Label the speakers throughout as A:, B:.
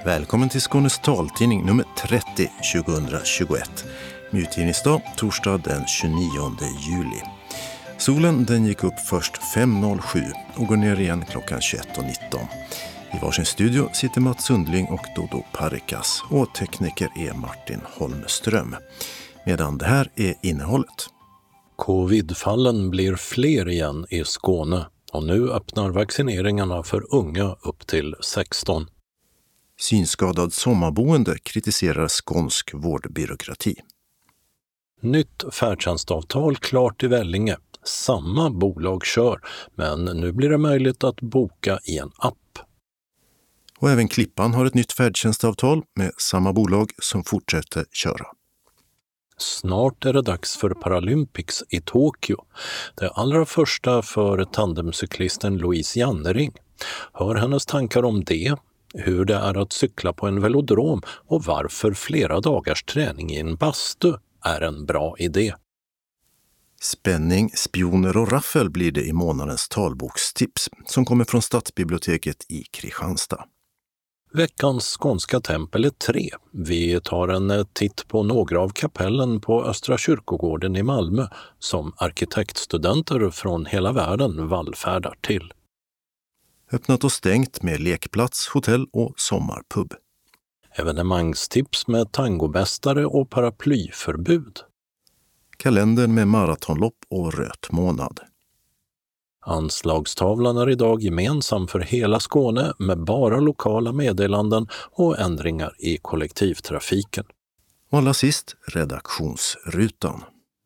A: Välkommen till Skånes taltidning nummer 30 2021. Med utgivningsdag torsdag den 29 juli. Solen den gick upp först 5.07 och går ner igen klockan 21.19. I varsin studio sitter Mats Sundling och Dodo Parikas och tekniker är Martin Holmström. Medan det här är innehållet.
B: Covid-fallen blir fler igen i Skåne och nu öppnar vaccineringarna för unga upp till 16.
A: Synskadad sommarboende kritiserar skånsk vårdbyråkrati.
B: Nytt färdtjänstavtal klart i Vellinge. Samma bolag kör, men nu blir det möjligt att boka i en app.
A: Och även Klippan har ett nytt färdtjänstavtal med samma bolag som fortsätter köra.
B: Snart är det dags för Paralympics i Tokyo. Det allra första för tandemcyklisten Louise Jannering. Hör hennes tankar om det, hur det är att cykla på en velodrom och varför flera dagars träning i en bastu är en bra idé.
A: Spänning, spioner och raffel blir det i månadens talbokstips som kommer från Stadsbiblioteket i Kristianstad.
B: Veckans skånska tempel är 3. Vi tar en titt på några av kapellen på Östra kyrkogården i Malmö som arkitektstudenter från hela världen vallfärdar till.
A: Öppnat och stängt med lekplats, hotell och sommarpub.
B: Evenemangstips med tangomästare och paraplyförbud.
A: Kalendern med maratonlopp och röt månad.
B: Anslagstavlan är idag gemensam för hela Skåne med bara lokala meddelanden och ändringar i kollektivtrafiken.
A: Och allra sist redaktionsrutan.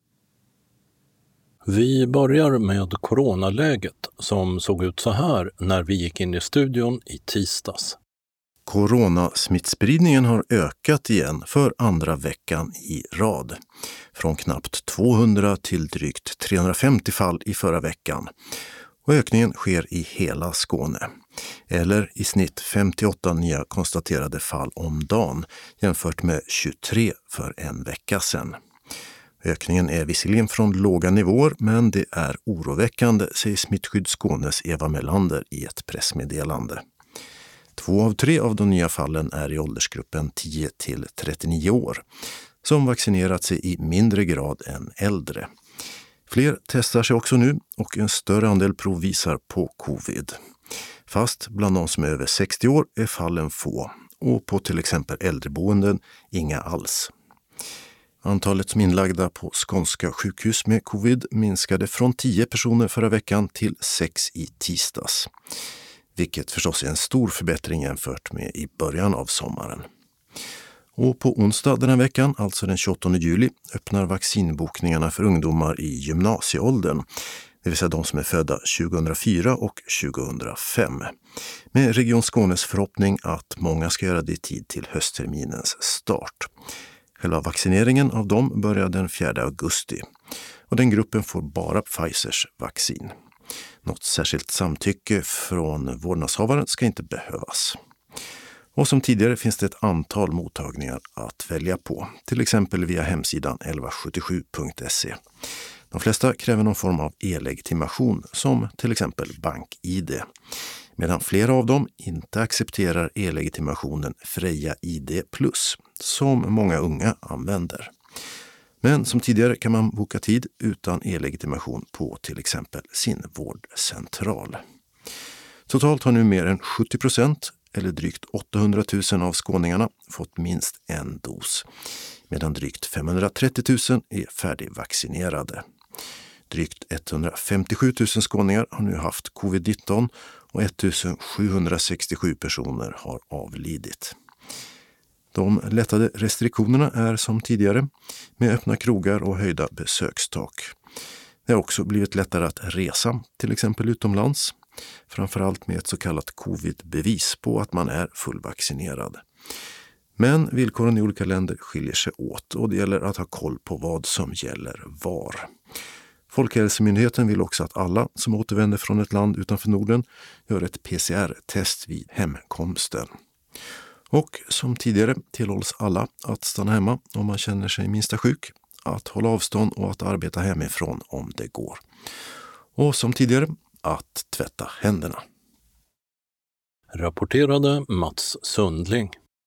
B: Vi börjar med coronaläget som såg ut så här när vi gick in i studion i tisdags.
A: Coronasmittspridningen har ökat igen för andra veckan i rad. Från knappt 200 till drygt 350 fall i förra veckan. Och ökningen sker i hela Skåne. Eller i snitt 58 nya konstaterade fall om dagen jämfört med 23 för en vecka sedan. Ökningen är visserligen från låga nivåer men det är oroväckande, säger Smittskydd Skånes Eva Melander i ett pressmeddelande. 2 av 3 av de nya fallen är i åldersgruppen 10 till 39 år som vaccinerat sig i mindre grad än äldre. Fler testar sig också nu och en större andel prov visar på covid. Fast bland de som är över 60 år är fallen få och på till exempel äldreboenden inga alls. Antalet som inlagda på skånska sjukhus med covid minskade från 10 personer förra veckan till 6 i tisdags. Vilket förstås är en stor förbättring jämfört med i början av sommaren. Och på onsdag den här veckan, alltså den 28 juli, öppnar vaccinbokningarna för ungdomar i gymnasieåldern, det vill säga de som är födda 2004 och 2005. Med Region Skånes förhoppning att många ska göra det i tid till höstterminens start. Själva vaccineringen av dem börjar den 4 augusti och den gruppen får bara Pfizers vaccin. Något särskilt samtycke från vårdnadshavaren ska inte behövas. Och som tidigare finns det ett antal mottagningar att välja på, till exempel via hemsidan 1177.se. De flesta kräver någon form av e-legitimation som till exempel BankID, medan flera av dem inte accepterar e-legitimationen Freja ID+, som många unga använder. Men som tidigare kan man boka tid utan e-legitimation på till exempel sin vårdcentral. Totalt har nu mer än 70%, eller drygt 800 000 av skåningarna, fått minst en dos, medan drygt 530 000 är färdigvaccinerade. Drygt 157 000 skåningar har nu haft covid-19 och 1767 personer har avlidit. De lättade restriktionerna är som tidigare med öppna krogar och höjda besökstak. Det har också blivit lättare att resa, till exempel utomlands, framförallt med ett så kallat covid-bevis på att man är fullvaccinerad. Men villkoren i olika länder skiljer sig åt och det gäller att ha koll på vad som gäller var. Folkhälsomyndigheten vill också att alla som återvänder från ett land utanför Norden gör ett PCR-test vid hemkomsten. Och som tidigare tillhålls alla att stanna hemma om man känner sig minsta sjuk, att hålla avstånd och att arbeta hemifrån om det går. Och som tidigare, att tvätta händerna.
B: Rapporterade Mats Sundling.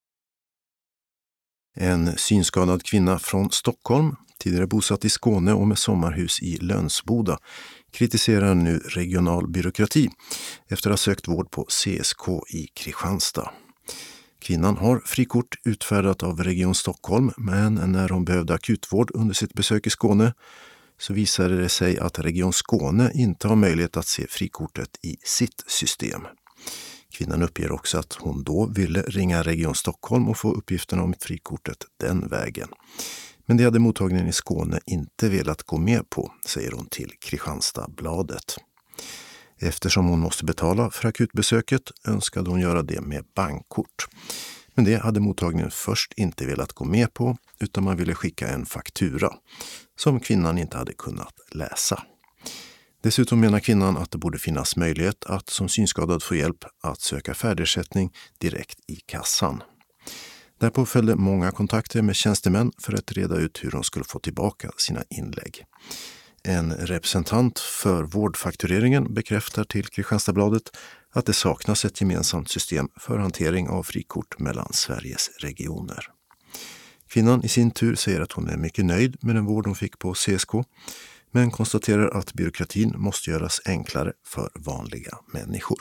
A: En synskadad kvinna från Stockholm, tidigare bosatt i Skåne och med sommarhus i Lönsboda, kritiserar nu regional byråkrati efter att ha sökt vård på CSK i Kristianstad. Kvinnan har frikort utfärdat av Region Stockholm, men när hon behövde akutvård under sitt besök i Skåne så visade det sig att Region Skåne inte har möjlighet att se frikortet i sitt system. Kvinnan uppger också att hon då ville ringa Region Stockholm och få uppgifterna om frikortet den vägen. Men det hade mottagningen i Skåne inte velat gå med på, säger hon till Kristianstadsbladet. Eftersom hon måste betala för akutbesöket önskade hon göra det med bankkort. Men det hade mottagningen först inte velat gå med på, utan man ville skicka en faktura som kvinnan inte hade kunnat läsa. Dessutom menar kvinnan att det borde finnas möjlighet att som synskadad få hjälp att söka färdersättning direkt i kassan. Därpå följde många kontakter med tjänstemän för att reda ut hur de skulle få tillbaka sina inlägg. En representant för vårdfaktureringen bekräftar till Kristianstadsbladet att det saknas ett gemensamt system för hantering av frikort mellan Sveriges regioner. Kvinnan i sin tur säger att hon är mycket nöjd med den vård hon fick på CSK, men konstaterar att byråkratin måste göras enklare för vanliga människor.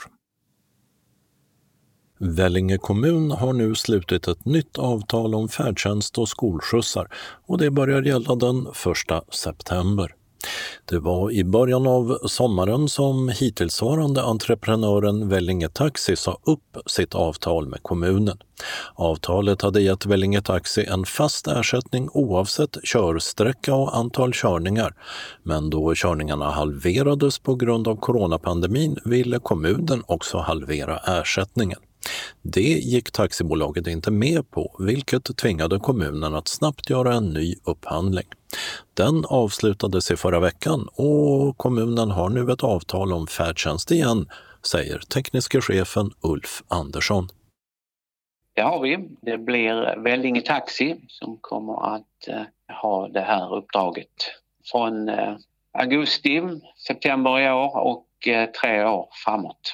B: Vellinge kommun har nu slutit ett nytt avtal om färdtjänst och skolskjutsar och det börjar gälla den 1 september. Det var i början av sommaren som hittillsvarande entreprenören Vellinge Taxi sa upp sitt avtal med kommunen. Avtalet hade gett Vellinge Taxi en fast ersättning oavsett körsträcka och antal körningar, men då körningarna halverades på grund av coronapandemin ville kommunen också halvera ersättningen. Det gick taxibolaget inte med på, vilket tvingade kommunen att snabbt göra en ny upphandling. Den avslutades i förra veckan och kommunen har nu ett avtal om färdtjänst igen, säger tekniska chefen Ulf Andersson.
C: Det har vi. Det blir Vellinge Taxi som kommer att ha det här uppdraget från augusti, september i år och 3 år framåt.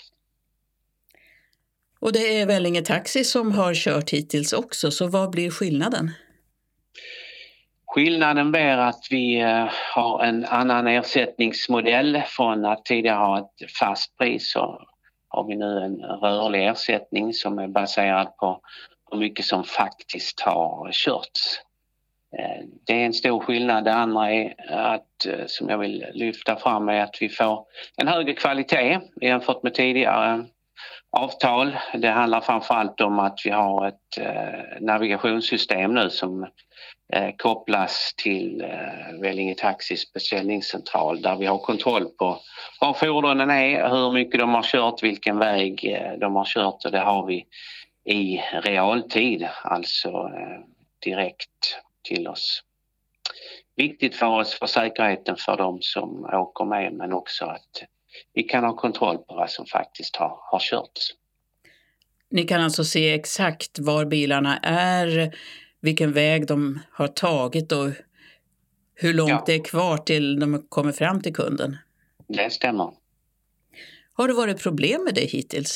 D: Och det är Vellinge Taxi som har kört hittills också, så vad blir skillnaden?
C: Skillnaden är att vi har en annan ersättningsmodell. Från att tidigare ha ett fast pris så har vi nu en rörlig ersättning som är baserad på hur mycket som faktiskt har körts. Det är en stor skillnad. Det andra är att, som jag vill lyfta fram, är att vi får en högre kvalitet jämfört med tidigare avtal. Det handlar framförallt om att vi har ett navigationssystem nu som kopplas till Vellinge Taxis beställningscentral där vi har kontroll på var fordonen är, hur mycket de har kört, vilken väg de har kört, och det har vi i realtid, alltså direkt till oss. Viktigt för oss för säkerheten för de som åker med, men också att vi kan ha kontroll på vad som faktiskt har körts.
D: Ni kan alltså se exakt var bilarna är, vilken väg de har tagit och hur långt det är kvar till de kommer fram till kunden.
C: Det stämmer.
D: Har det varit problem med det hittills?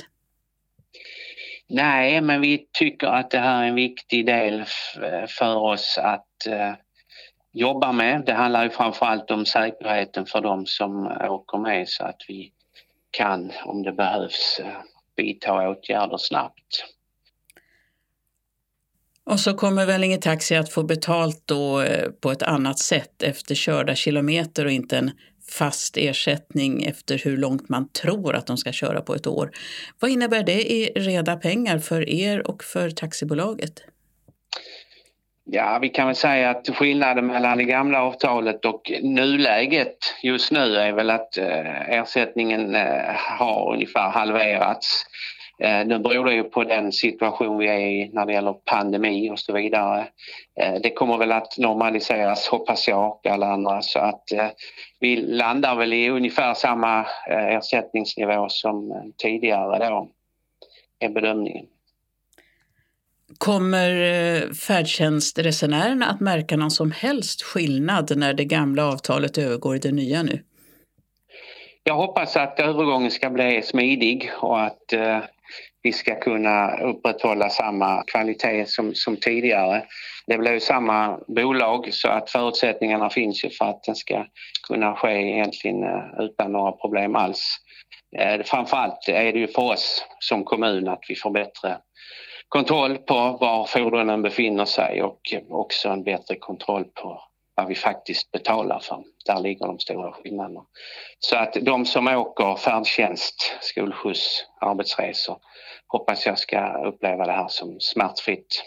C: Nej, men vi tycker att det här är en viktig del för oss att jobba med. Det handlar ju framförallt om säkerheten för de som åker med, så att vi kan, om det behövs, vidta åtgärder snabbt.
D: Och så kommer Vellinge Taxi att få betalt då på ett annat sätt efter körda kilometer och inte en fast ersättning efter hur långt man tror att de ska köra på ett år. Vad innebär det i reda pengar för er och för taxibolaget?
C: Ja, vi kan väl säga att skillnaden mellan det gamla avtalet och nuläget just nu är väl att ersättningen har ungefär halverats. Nu beror det ju på den situation vi är i när det gäller pandemi och så vidare. Det kommer väl att normaliseras, hoppas jag och alla andra, så att vi landar väl i ungefär samma ersättningsnivå som tidigare då, är bedömningen.
D: Kommer färdtjänstresenärerna att märka någon som helst skillnad när det gamla avtalet övergår i det nya nu? Jag
C: hoppas att övergången ska bli smidig och att vi ska kunna upprätthålla samma kvalitet som tidigare. Det blir ju samma bolag så att förutsättningarna finns ju för att den ska kunna ske egentligen utan några problem alls. Framförallt är det ju för oss som kommun att vi får bättre kontroll på var fordonen befinner sig och också en bättre kontroll på vad vi faktiskt betalar för. Där ligger de stora skillnaderna. Så att de som åker färdtjänst, skolskjuts, arbetsresor hoppas jag ska uppleva det här som smärtfritt.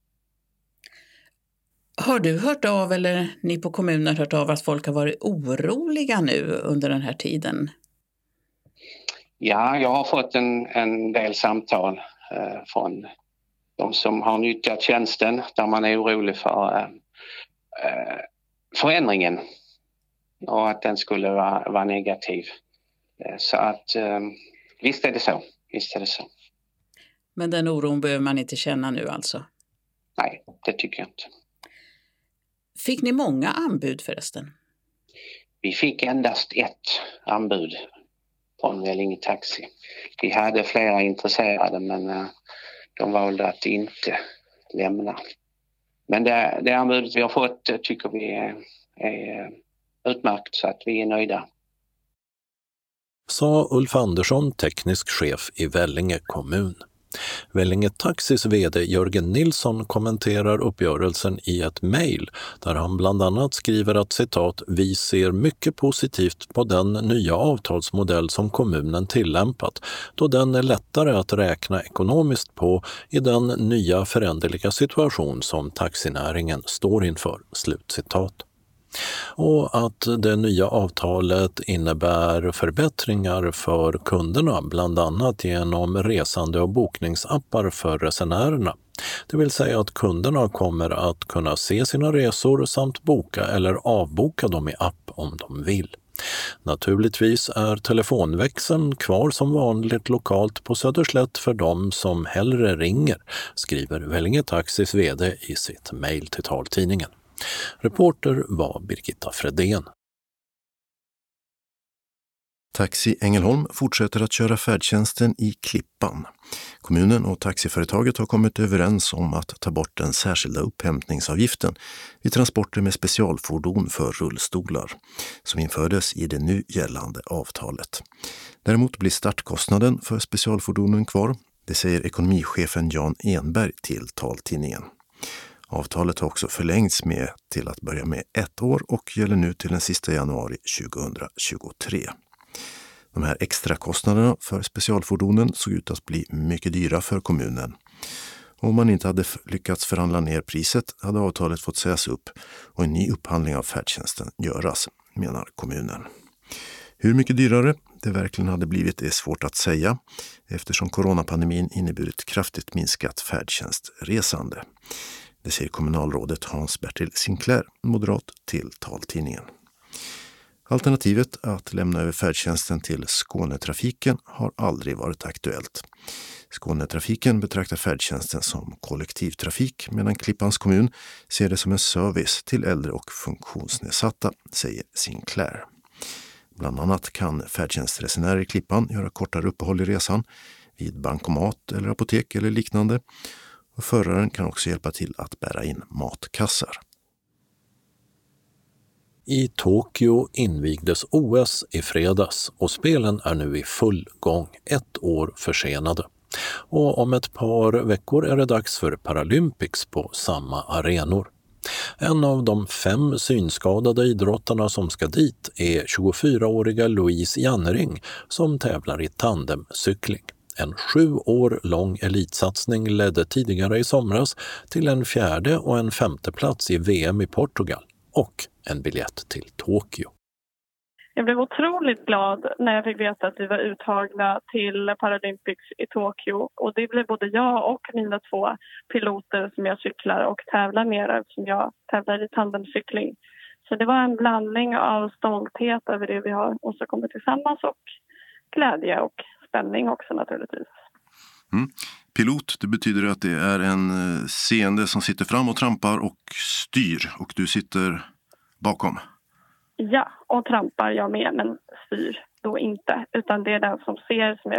D: Har du hört av, eller ni på kommunen hört av, att folk har varit oroliga nu under den här tiden?
C: Ja, jag har fått en del samtal från de som har nyttjat tjänsten där man är orolig för förändringen och att den skulle vara negativ. Så att visst är det så.
D: Men den oron behöver man inte känna nu alltså?
C: Nej, det tycker jag inte.
D: Fick ni många anbud förresten?
C: Vi fick endast ett anbud från Vellinge Taxi. Vi hade flera intresserade men de valde att inte lämna. Men det anbudet vi har fått tycker vi är utmärkt så att vi är nöjda.
B: Sa Ulf Andersson, teknisk chef i Vellinge kommun. Vellinge Taxis vd Jörgen Nilsson kommenterar uppgörelsen i ett mejl där han bland annat skriver att citat "vi ser mycket positivt på den nya avtalsmodell som kommunen tillämpat då den är lättare att räkna ekonomiskt på i den nya föränderliga situation som taxinäringen står inför", slutcitat. Och att det nya avtalet innebär förbättringar för kunderna, bland annat genom resande- och bokningsappar för resenärerna. Det vill säga att kunderna kommer att kunna se sina resor samt boka eller avboka dem i app om de vill. Naturligtvis är telefonväxeln kvar som vanligt lokalt på Söderslätt för de som hellre ringer, skriver Vellinge Taxis vd i sitt mejl till taltidningen. Reporter var Birgitta Fredén.
A: Taxi Ängelholm fortsätter att köra färdtjänsten i Klippan. Kommunen och taxiföretaget har kommit överens om att ta bort den särskilda upphämtningsavgiften vid transporter med specialfordon för rullstolar, som infördes i det nu gällande avtalet. Däremot blir startkostnaden för specialfordonen kvar, det säger ekonomichefen Jan Enberg till taltidningen. Avtalet har också förlängts med till att börja med 1 år och gäller nu till den sista januari 2023. De här extra kostnaderna för specialfordonen såg ut att bli mycket dyra för kommunen. Om man inte hade lyckats förhandla ner priset hade avtalet fått sägas upp och en ny upphandling av färdtjänsten göras, menar kommunen. Hur mycket dyrare det verkligen hade blivit är svårt att säga eftersom coronapandemin inneburit kraftigt minskat färdtjänstresande. Det säger kommunalrådet Hans-Bertil Sinclair, moderat, till taltidningen. Alternativet att lämna över färdtjänsten till Skånetrafiken har aldrig varit aktuellt. Skånetrafiken betraktar färdtjänsten som kollektivtrafik medan Klippans kommun ser det som en service till äldre och funktionsnedsatta, säger Sinclair. Bland annat kan färdtjänstresenärer i Klippan göra kortare uppehåll i resan vid bankomat eller apotek eller liknande. Och föraren kan också hjälpa till att bära in matkassar.
B: I Tokyo invigdes OS i fredags och spelen är nu i full gång, 1 år försenade. Och om ett par veckor är det dags för Paralympics på samma arenor. En av de 5 synskadade idrottarna som ska dit är 24-åriga Louise Jannering som tävlar i tandemcykling. En 7 år lång elitsatsning ledde tidigare i somras till en 4:e och en 5:e plats i VM i Portugal och en biljett till Tokyo.
E: Jag blev otroligt glad när jag fick veta att vi var uttagna till Paralympics i Tokyo. Och det blev både jag och mina 2 piloter som jag cyklar och tävlar med eftersom jag tävlar i tandemcykling. Så det var en blandning av stolthet över det vi har åstadkommit tillsammans och glädje och spänning också naturligtvis.
A: Pilot, det betyder att det är en seende som sitter fram och trampar och styr och du sitter bakom.
E: Ja, och trampar jag med men styr då inte. Utan det är den som ser som är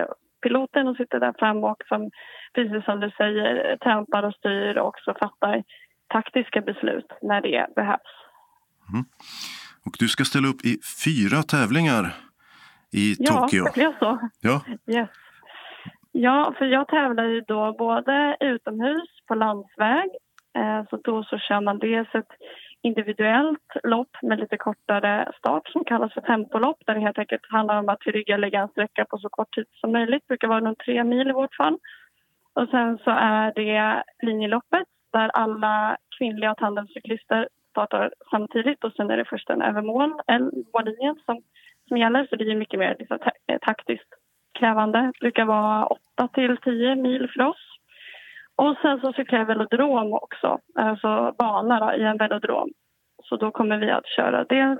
E: piloten och sitter där fram och som, precis som du säger, trampar och styr och också fattar taktiska beslut när det behövs.
A: Mm. Och du ska ställa upp i 4 tävlingar i Tokyo.
E: Ja, det är så.
A: Ja.
E: Yes. Ja, för jag tävlar ju då både utomhus på landsväg. Så då så kör man dels ett individuellt lopp med lite kortare start som kallas för tempolopp. Där det helt enkelt handlar om att vi lägga en sträcka på så kort tid som möjligt. Det brukar vara någon 3 mil i vårt fall. Och sen så är det linjeloppet där alla kvinnliga tandemcyklister startar samtidigt. Och sen är det först en övermål, mållinjen som gäller. Så det är mycket mer liksom, taktiskt krävande. Det brukar vara 8 till 10 mil för oss. Och sen så cyklar jag velodrom också, alltså bana då, i en velodrom. Så då kommer vi att köra dels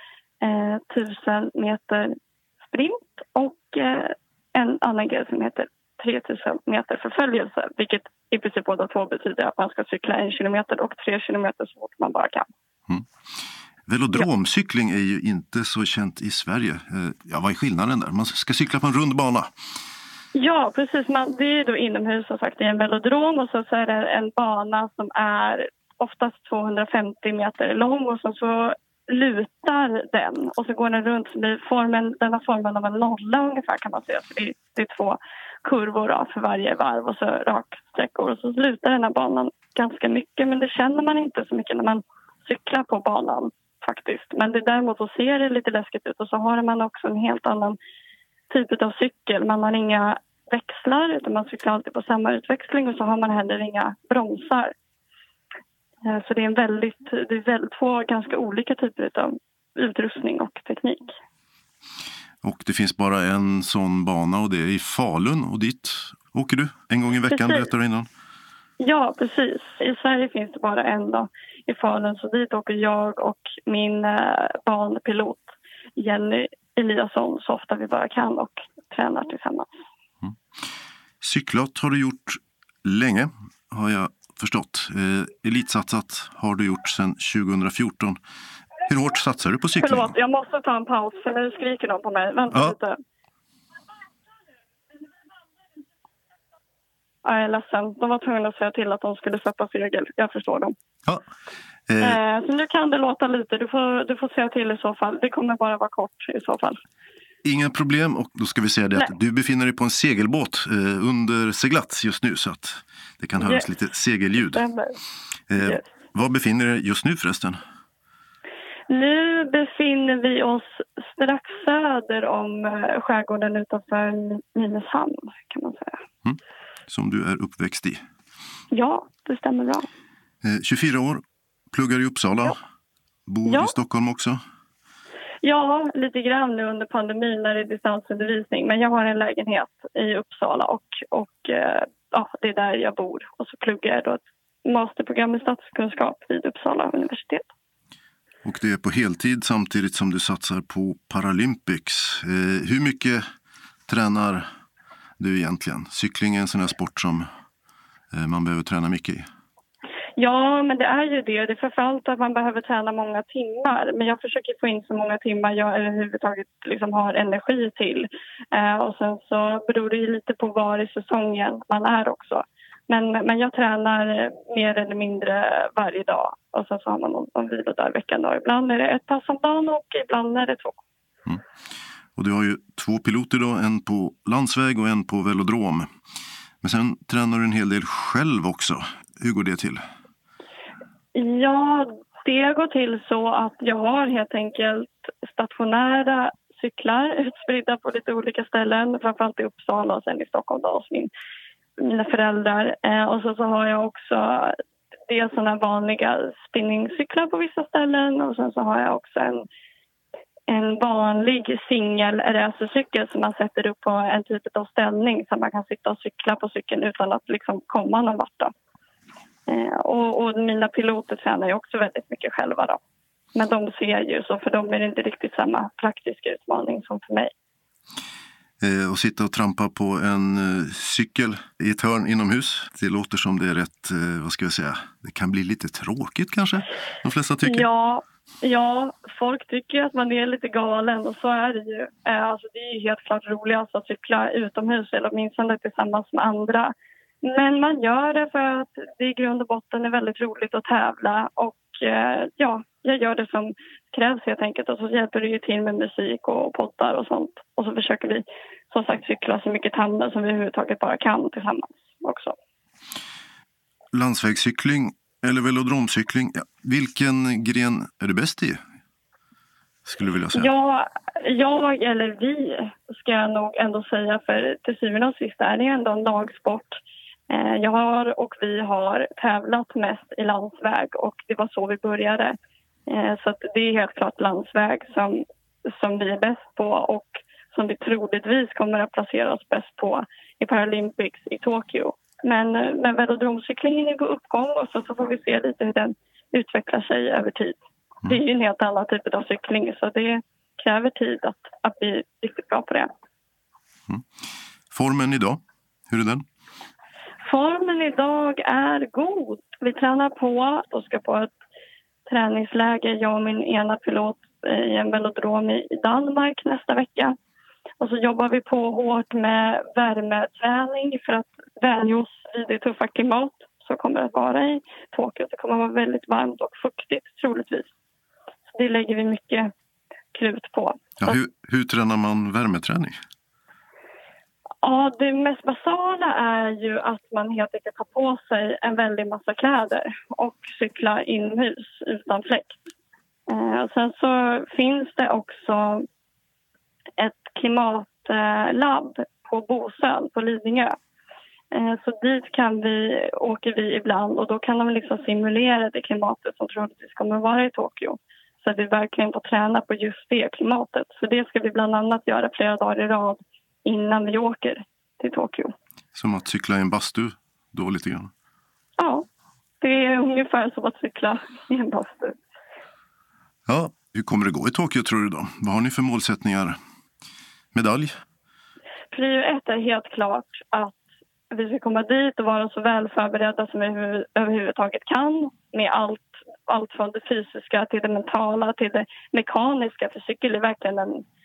E: 1000 meter sprint och en annan grej som heter 3000 meter förföljelse. Vilket i princip båda två betyder att man ska cykla 1 kilometer och 3 kilometer så fort man bara kan.
A: Mm. Velodromcykling är ju inte så känt i Sverige. Vad är skillnaden där? Man ska cykla på en rund bana.
E: Ja, precis. Det är då inomhus som sagt i en velodrom och så är det en bana som är oftast 250 meter lång och så lutar den och så går den runt. Så blir den har formen av en nolla ungefär kan man säga. Så det är 2 kurvor då, för varje varv och så raksträckor. Och så lutar den här banan ganska mycket men det känner man inte så mycket när man cyklar på banan faktiskt. Men däremot så ser det lite läskigt ut och så har man också en helt annan typ av cykel. Man har inga växlar utan man cyklar alltid på samma utväxling och så har man heller inga bromsar. Så det är väldigt 2 ganska olika typer av utrustning och teknik.
A: Och det finns bara en sån bana och det är i Falun och dit åker du en gång i veckan, berättar du innan.
E: Ja, precis. I Sverige finns det bara en dag i Falun så dit åker jag och min banpilot Jenny Eliasson så ofta vi bara kan och tränar tillsammans.
A: Mm. Cyklat har du gjort länge, har jag förstått. Elitsatsat har du gjort sedan 2014. Hur hårt satsar du på cykling?
E: Förlåt, jag måste ta en paus för nu skriker de på mig. Vänta lite. Jag är ledsen. De var tvungna att säga till att de skulle sätta segel. Jag förstår dem.
A: Ja.
E: Så nu kan det låta lite. Du får säga till i så fall. Det kommer bara vara kort i så fall.
A: Inga problem, och då ska vi säga det att du befinner dig på en segelbåt under seglats just nu så att det kan höras lite segelljud.
E: Yes.
A: Var befinner du dig just nu förresten?
E: Nu befinner vi oss strax söder om skärgården utanför Nynäshamn kan man säga.
A: Mm. Som du är uppväxt i?
E: Ja, det stämmer bra.
A: 24 år, pluggar i Uppsala, bor i Stockholm också?
E: Ja, lite grann nu under pandemin när det är distansundervisning. Men jag har en lägenhet i Uppsala och det är där jag bor. Och så pluggar jag då ett masterprogram i statskunskap vid Uppsala universitet.
A: Och det är på heltid samtidigt som du satsar på Paralympics. Hur mycket tränar du egentligen? Cykling är en sån här sport som man behöver träna mycket i. Ja, men det är ju det. Det är framförallt att man behöver träna många timmar. Men jag försöker få in så många timmar jag överhuvudtaget liksom har energi till. Och sen så beror det ju lite på var i säsongen man är också. Men jag tränar mer eller mindre varje dag. Och sen så har man någon vila där veckan då. Ibland är det 1 pass om dagen och ibland är det 2. Mm. Och du har ju 2 piloter då, en på landsväg och en på velodrom. Men sen tränar du en hel del själv också. Hur går det till? Ja, det går till så att jag har helt enkelt stationära cyklar utspridda på lite olika ställen. Framförallt i Uppsala och sen i Stockholm då, hos mina föräldrar. Och så har jag också dels sådana vanliga spinningcyklar på vissa ställen. Och sen så har jag också en vanlig singel-racercykel som man sätter upp på en typ av ställning så man kan sitta och cykla på cykeln utan att liksom komma någon vart då. Och mina piloter tränar ju också väldigt mycket själva då. Men de ser ju så, för dem är det inte riktigt samma praktiska utmaning som för mig. Och sitta och trampa på en cykel i ett hörn inomhus, det låter som det är rätt, vad ska jag säga, det kan bli lite tråkigt kanske, de flesta tycker. Ja,
E: Ja, folk tycker att man är lite galen och så är det ju. Alltså det är ju helt klart roligast att cykla utomhus eller åtminstone tillsammans med andra. Men man gör det för att det i grund och botten är väldigt roligt att tävla och ja, jag gör det som krävs helt enkelt och så hjälper det ju till med musik och poddar och sånt. Och så försöker vi som sagt cykla så mycket tandem som vi överhuvudtaget bara kan tillsammans också.
A: Landsvägscykling eller velodromcykling, ja, vilken gren är du bäst i? Skulle du vilja säga?
E: Ja, jag eller vi ska jag nog ändå säga, för till syvende och sist är det ändå en lagsport. Jag har och vi har tävlat mest i landsväg och det var så vi började. Så att det är helt klart landsväg som vi är bäst på och som vi troligtvis kommer att placera oss bäst på i Paralympics i Tokyo. Men velodromcyklingen är på uppgång och så får vi se lite hur den utvecklar sig över tid. Det är ju en helt annan typ av cykling så det kräver tid att bli riktigt bra på det.
A: Formen idag, hur är den?
E: Formen idag är god. Vi tränar på och ska på ett träningsläger, jag och min ena pilot i en velodrom i Danmark nästa vecka. Och så jobbar vi på hårt med värmeträning för att vänja oss vid det tuffa klimat som kommer att vara i Tokyo. Det kommer att vara väldigt varmt och fuktigt troligtvis. Så det lägger vi mycket krut på.
A: Ja, hur tränar man värmeträning?
E: Ja, det mest basala är ju att man helt enkelt tar på sig en väldig massa kläder och cyklar inomhus utan fläkt. Sen så finns det också ett klimatlabb på Bosön på Lidingö. Så dit åker vi ibland och då kan de liksom simulera det klimatet som troligtvis kommer att vara i Tokyo. Så att vi verkligen får träna på just det klimatet. Så det ska vi bland annat göra flera dagar i rad innan vi åker till Tokyo.
A: Som att cykla i en bastu då lite grann?
E: Ja, det är ungefär som att cykla i en bastu.
A: Ja, hur kommer det gå i Tokyo tror du då? Vad har ni för målsättningar? Medalj?
E: Prio 1 är helt klart att vi ska komma dit och vara så väl förberedda som vi överhuvudtaget kan med allt från det fysiska till det mentala till det mekaniska. För cykel är verkligen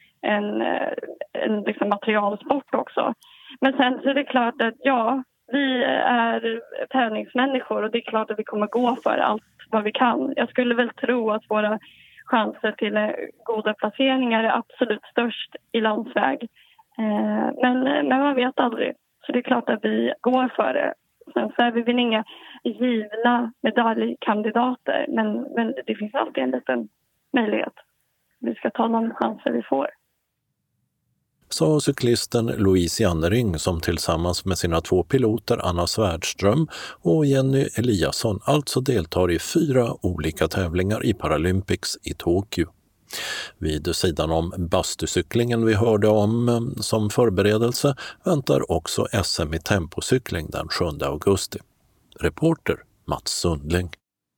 E: en liksom materialsport också. Men sen så är det klart att vi är tävlingsmänniskor och det är klart att vi kommer gå för allt vad vi kan. Jag skulle väl tro att våra chanser till goda placeringar är absolut störst i landsväg. Men man vet aldrig. Så det är klart att vi går för det. Sen så är vi väl inga givna medaljkandidater. Men det finns alltid en liten möjlighet. Vi ska ta de chanser vi får.
B: Sa cyklisten Louise Jannering som tillsammans med sina 2 piloter Anna Svärdström och Jenny Eliasson alltså deltar i 4 olika tävlingar i Paralympics i Tokyo. Vid sidan om bastucyklingen vi hörde om som förberedelse väntar också SM i tempocykling den 7 augusti. Reporter Mats Sundling.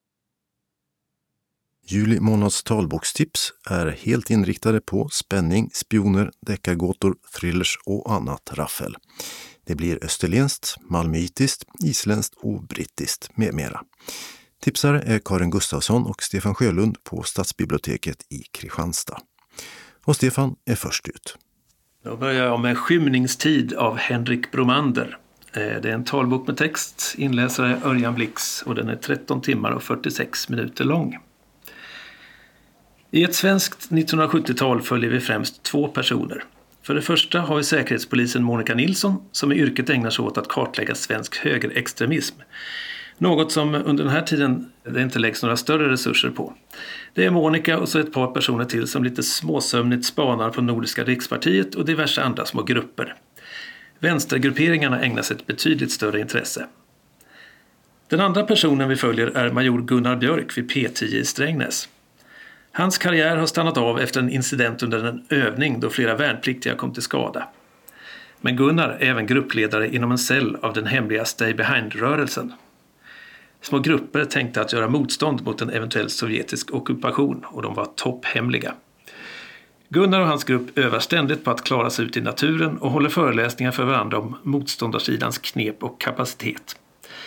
A: Juli månads talbokstips är helt inriktade på spänning, spioner, deckargåtor, thrillers och annat raffel. Det blir österlenskt, malmöitiskt, isländskt och brittiskt med mera. Tipsare är Karin Gustafsson och Stefan Sjölund på Stadsbiblioteket i Kristianstad. Och Stefan är först ut.
F: Då börjar jag med Skymningstid av Henrik Bromander. Det är en talbok med text, inläsare Örjan Blix och den är 13 timmar och 46 minuter lång. I ett svenskt 1970-tal följer vi främst 2 personer. För det första har vi säkerhetspolisen Monica Nilsson som i yrket ägnar sig åt att kartlägga svensk högerextremism. Något som under den här tiden det inte läggs några större resurser på. Det är Monica och så ett par personer till som lite småsömnigt spanar på Nordiska rikspartiet och diverse andra små grupper. Vänstergrupperingarna ägnas ett betydligt större intresse. Den andra personen vi följer är major Gunnar Björk vid P10 i Strängnäs. Hans karriär har stannat av efter en incident under en övning då flera värnpliktiga kom till skada. Men Gunnar är även gruppledare inom en cell av den hemliga Stay Behind-rörelsen. Små grupper tänkte att göra motstånd mot en eventuell sovjetisk ockupation och de var topphemliga. Gunnar och hans grupp övar ständigt på att klara sig ut i naturen och håller föreläsningar för varandra om motståndarsidans knep och kapacitet.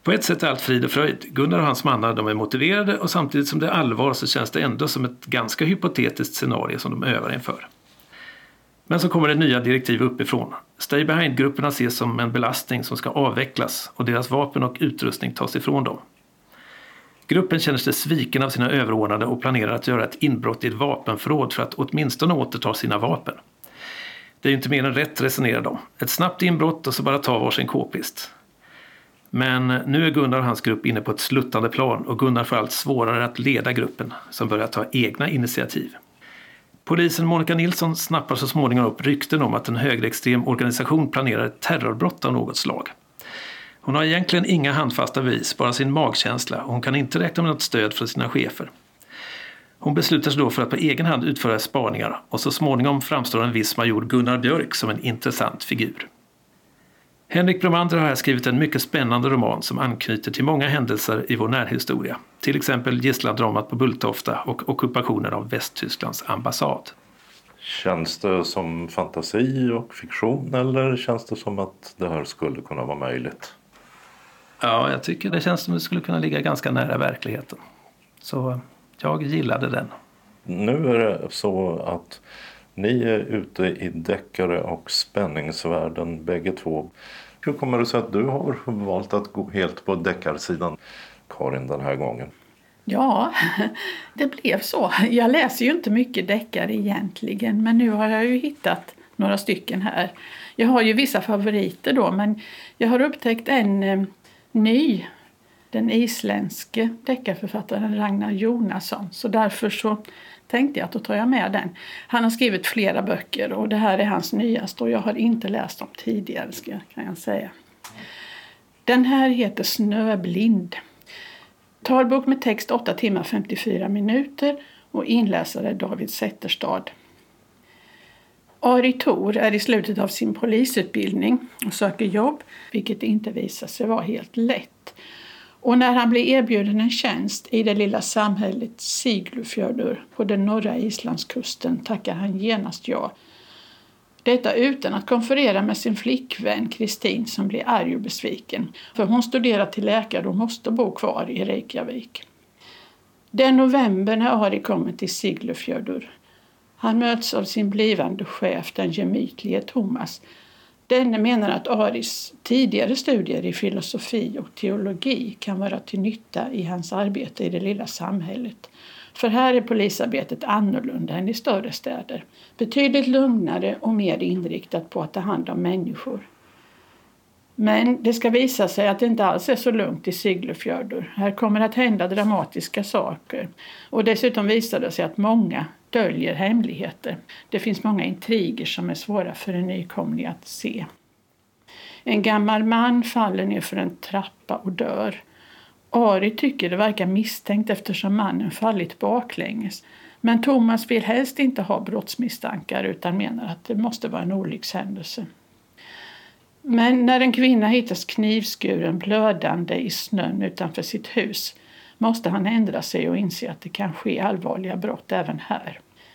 F: På ett sätt är allt frid och fröjd. Gunnar och hans mannar, de är motiverade och samtidigt som det är allvar så känns det ändå som ett ganska hypotetiskt scenario som de övar inför. Men så kommer det nya direktiv uppifrån. Stay Behind-grupperna ses som en belastning som ska avvecklas och deras vapen och utrustning tas ifrån dem. Gruppen känner sig sviken av sina överordnade och planerar att göra ett inbrott i ett vapenförråd för att åtminstone återta sina vapen. Det är ju inte mer än rätt, resonerar de. Ett snabbt inbrott och så bara ta varsin k-pist. Men nu är Gunnar och hans grupp inne på ett sluttande plan och Gunnar får allt svårare att leda gruppen som börjar ta egna initiativ. Polisen Monica Nilsson snappar så småningom upp rykten om att en högerextrem organisation planerar ett terrorbrott av något slag. Hon har egentligen inga handfasta bevis, bara sin magkänsla och hon kan inte räkna med något stöd från sina chefer. Hon beslutar sig då för att på egen hand utföra spaningar och så småningom framstår en viss major Gunnar Björk som en intressant figur. Henrik Bromander har här skrivit en mycket spännande roman som anknyter till många händelser i vår närhistoria. Till exempel gisslandramat på Bulltofta och ockupationen av Västtysklands ambassad.
G: Känns det som fantasi och fiktion eller känns det som att det här skulle kunna vara möjligt?
F: Ja, jag tycker det känns som att det skulle kunna ligga ganska nära verkligheten. Så jag gillade den.
G: Nu är det så att ni är ute i deckare och spänningsvärlden bägge två. Hur kommer det sig att du har valt att gå helt på deckarsidan, Karin, den här gången?
H: Ja, det blev så. Jag läser ju inte mycket deckare egentligen, men nu har jag ju hittat några stycken här. Jag har ju vissa favoriter då, men jag har upptäckt en ny, den isländske deckarförfattaren Ragnar Jonasson. Så därför så tänkte jag att då tar jag med den. Han har skrivit flera böcker och det här är hans nyaste och jag har inte läst dem tidigare, kan jag säga. Den här heter Snöblind. Talbok med text 8 timmar 54 minuter och inläsare David Zetterstad. Ari Thor är i slutet av sin polisutbildning och söker jobb, vilket inte visar sig vara helt lätt. Och när han blir erbjuden en tjänst i det lilla samhället Siglufjörður på den norra Islandskusten tackar han genast ja. Detta utan att konferera med sin flickvän Kristin som blir arg och besviken. För hon studerar till läkare och måste bo kvar i Reykjavik. Den november när Ari kommer till Siglufjörður. Han möts av sin blivande chef, den gemytlige Thomas. Denne menar att Aris tidigare studier i filosofi och teologi kan vara till nytta i hans arbete i det lilla samhället. För här är polisarbetet annorlunda än i större städer. Betydligt lugnare och mer inriktat på att ta hand om människor. Men det ska visa sig att det inte alls är så lugnt i Siglufjörður. Här kommer att hända dramatiska saker. Och dessutom visar det sig att många döljer hemligheter. Det finns många intriger som är svåra för en nykomling att se. En gammal man faller ner för en trappa och dör. Ari tycker det verkar misstänkt eftersom mannen fallit baklänges. Men Thomas vill helst inte ha brottsmisstankar utan menar att det måste vara en olyckshändelse. Men när en kvinna hittas knivskuren blödande i snön utanför sitt hus måste han ändra sig och inse att det kan ske allvarliga brott även här.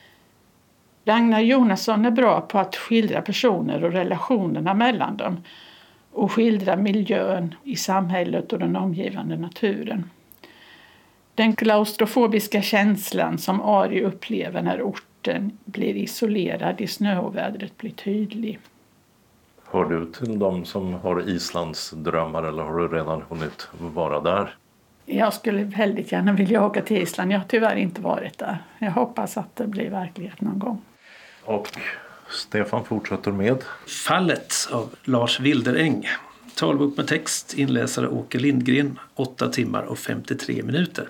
H: Ragnar Jonasson är bra på att skildra personer och relationerna mellan dem och skildra miljön i samhället och den omgivande naturen. Den klaustrofobiska känslan som Ari upplever när orten blir isolerad i snöovädret blir tydlig.
G: Hör du till dem som har Islands drömmar eller har du redan hunnit vara där?
H: Jag skulle väldigt gärna vilja åka till Island. Jag har tyvärr inte varit där. Jag hoppas att det blir verklighet någon gång.
G: Och Stefan fortsätter med
F: Fallet av Lars Wilderäng. Talbok med text, inläsare Åke Lindgren, 8 timmar och 53 minuter.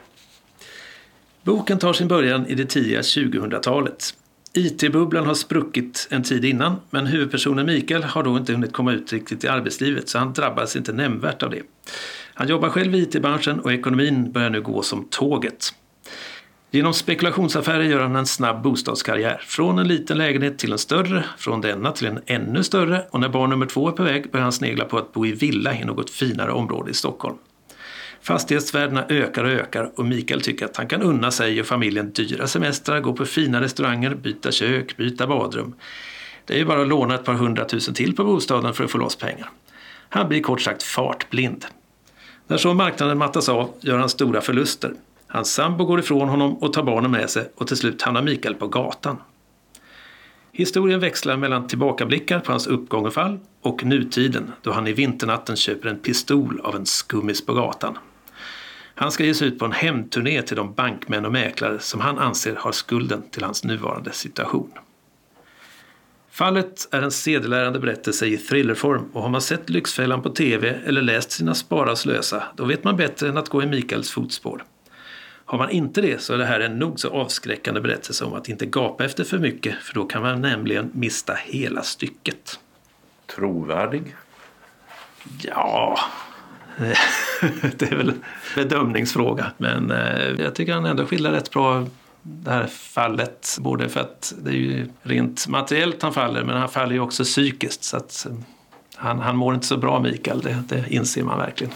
F: Boken tar sin början i det tidiga 2000-talet. IT-bubblan har spruckit en tid innan, men huvudpersonen Mikael har då inte hunnit komma ut riktigt i arbetslivet så han drabbas inte nämnvärt av det. Han jobbar själv i IT-branschen och ekonomin börjar nu gå som tåget. Genom spekulationsaffärer gör han en snabb bostadskarriär. Från en liten lägenhet till en större, från denna till en ännu större och när barn nummer 2 är på väg börjar han snegla på att bo i villa i något finare område i Stockholm. Fastighetsvärdena ökar och ökar och Mikael tycker att han kan unna sig och familjen dyra semestrar, gå på fina restauranger, byta kök, byta badrum. Det är ju bara att låna ett par 100 000 till på bostaden för att få loss pengar. Han blir kort sagt fartblind. När så marknaden mattas av gör han stora förluster. Hans sambo går ifrån honom och tar barnen med sig och till slut hamnar Mikael på gatan. Historien växlar mellan tillbakablickar på hans uppgång och fall och nutiden då han i vinternatten köper en pistol av en skummis på gatan. Han ska ge sig ut på en hemturné till de bankmän och mäklare som han anser har skulden till hans nuvarande situation. Fallet är en sedelärande berättelse i thrillerform och har man sett Lyxfällan på tv eller läst sina Spara slösa, då vet man bättre än att gå i Mikaels fotspår. Har man inte det så är det här en nog så avskräckande berättelse om att inte gapa efter för mycket, för då kan man nämligen mista hela stycket.
G: Trovärdig?
F: Ja, det är väl en bedömningsfråga, men jag tycker han ändå skildrar rätt bra det här fallet, både för att det är ju rent materiellt han faller, men han faller ju också psykiskt, så att han mår inte så bra, Mikael, det inser man verkligen.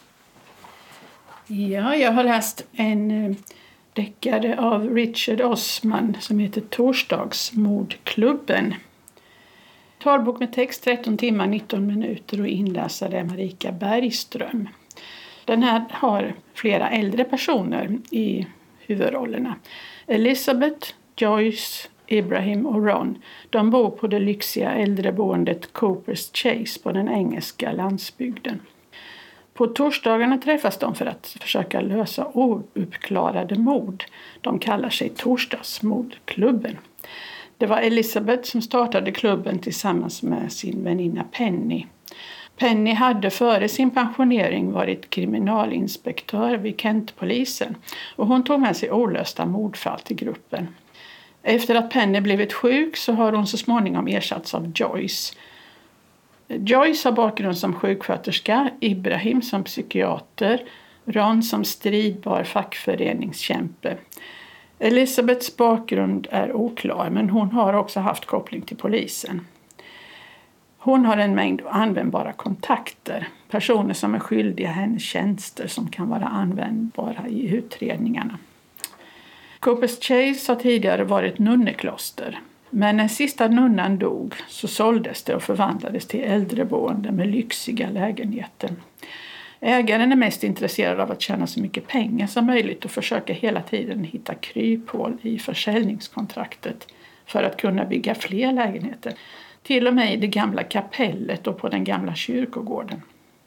H: Ja, jag har läst en deckare av Richard Osman som heter Torsdagsmordklubben. Talbok med text 13 timmar 19 minuter och inläsare Marika Bergström. Den här har flera äldre personer i huvudrollerna. Elizabeth, Joyce, Ibrahim och Ron, de bor på det lyxiga äldreboendet Cooper's Chase på den engelska landsbygden. På torsdagarna träffas de för att försöka lösa ouppklarade mord. De kallar sig Torsdagsmordklubben. Det var Elizabeth som startade klubben tillsammans med sin väninna Penny. Penny hade före sin pensionering varit kriminalinspektör vid Kentpolisen och hon tog med sig olösta mordfall till gruppen. Efter att Penny blivit sjuk så har hon så småningom ersatts av Joyce. Joyce har bakgrund som sjuksköterska, Ibrahim som psykiater, Ron som stridbar fackföreningskämpe. Elizabeths bakgrund är oklar, men hon har också haft koppling till polisen. Hon har en mängd användbara kontakter, personer som är skyldiga hennes tjänster som kan vara användbara i utredningarna. Cooper's Chase har tidigare varit nunnekloster, men när sista nunnan dog så såldes det och förvandlades till äldreboende med lyxiga lägenheter. Ägaren är mest intresserad av att tjäna så mycket pengar som möjligt och försöker hela tiden hitta kryphål i försäljningskontraktet för att kunna bygga fler lägenheter. Till och med i det gamla kapellet och på den gamla kyrkogården.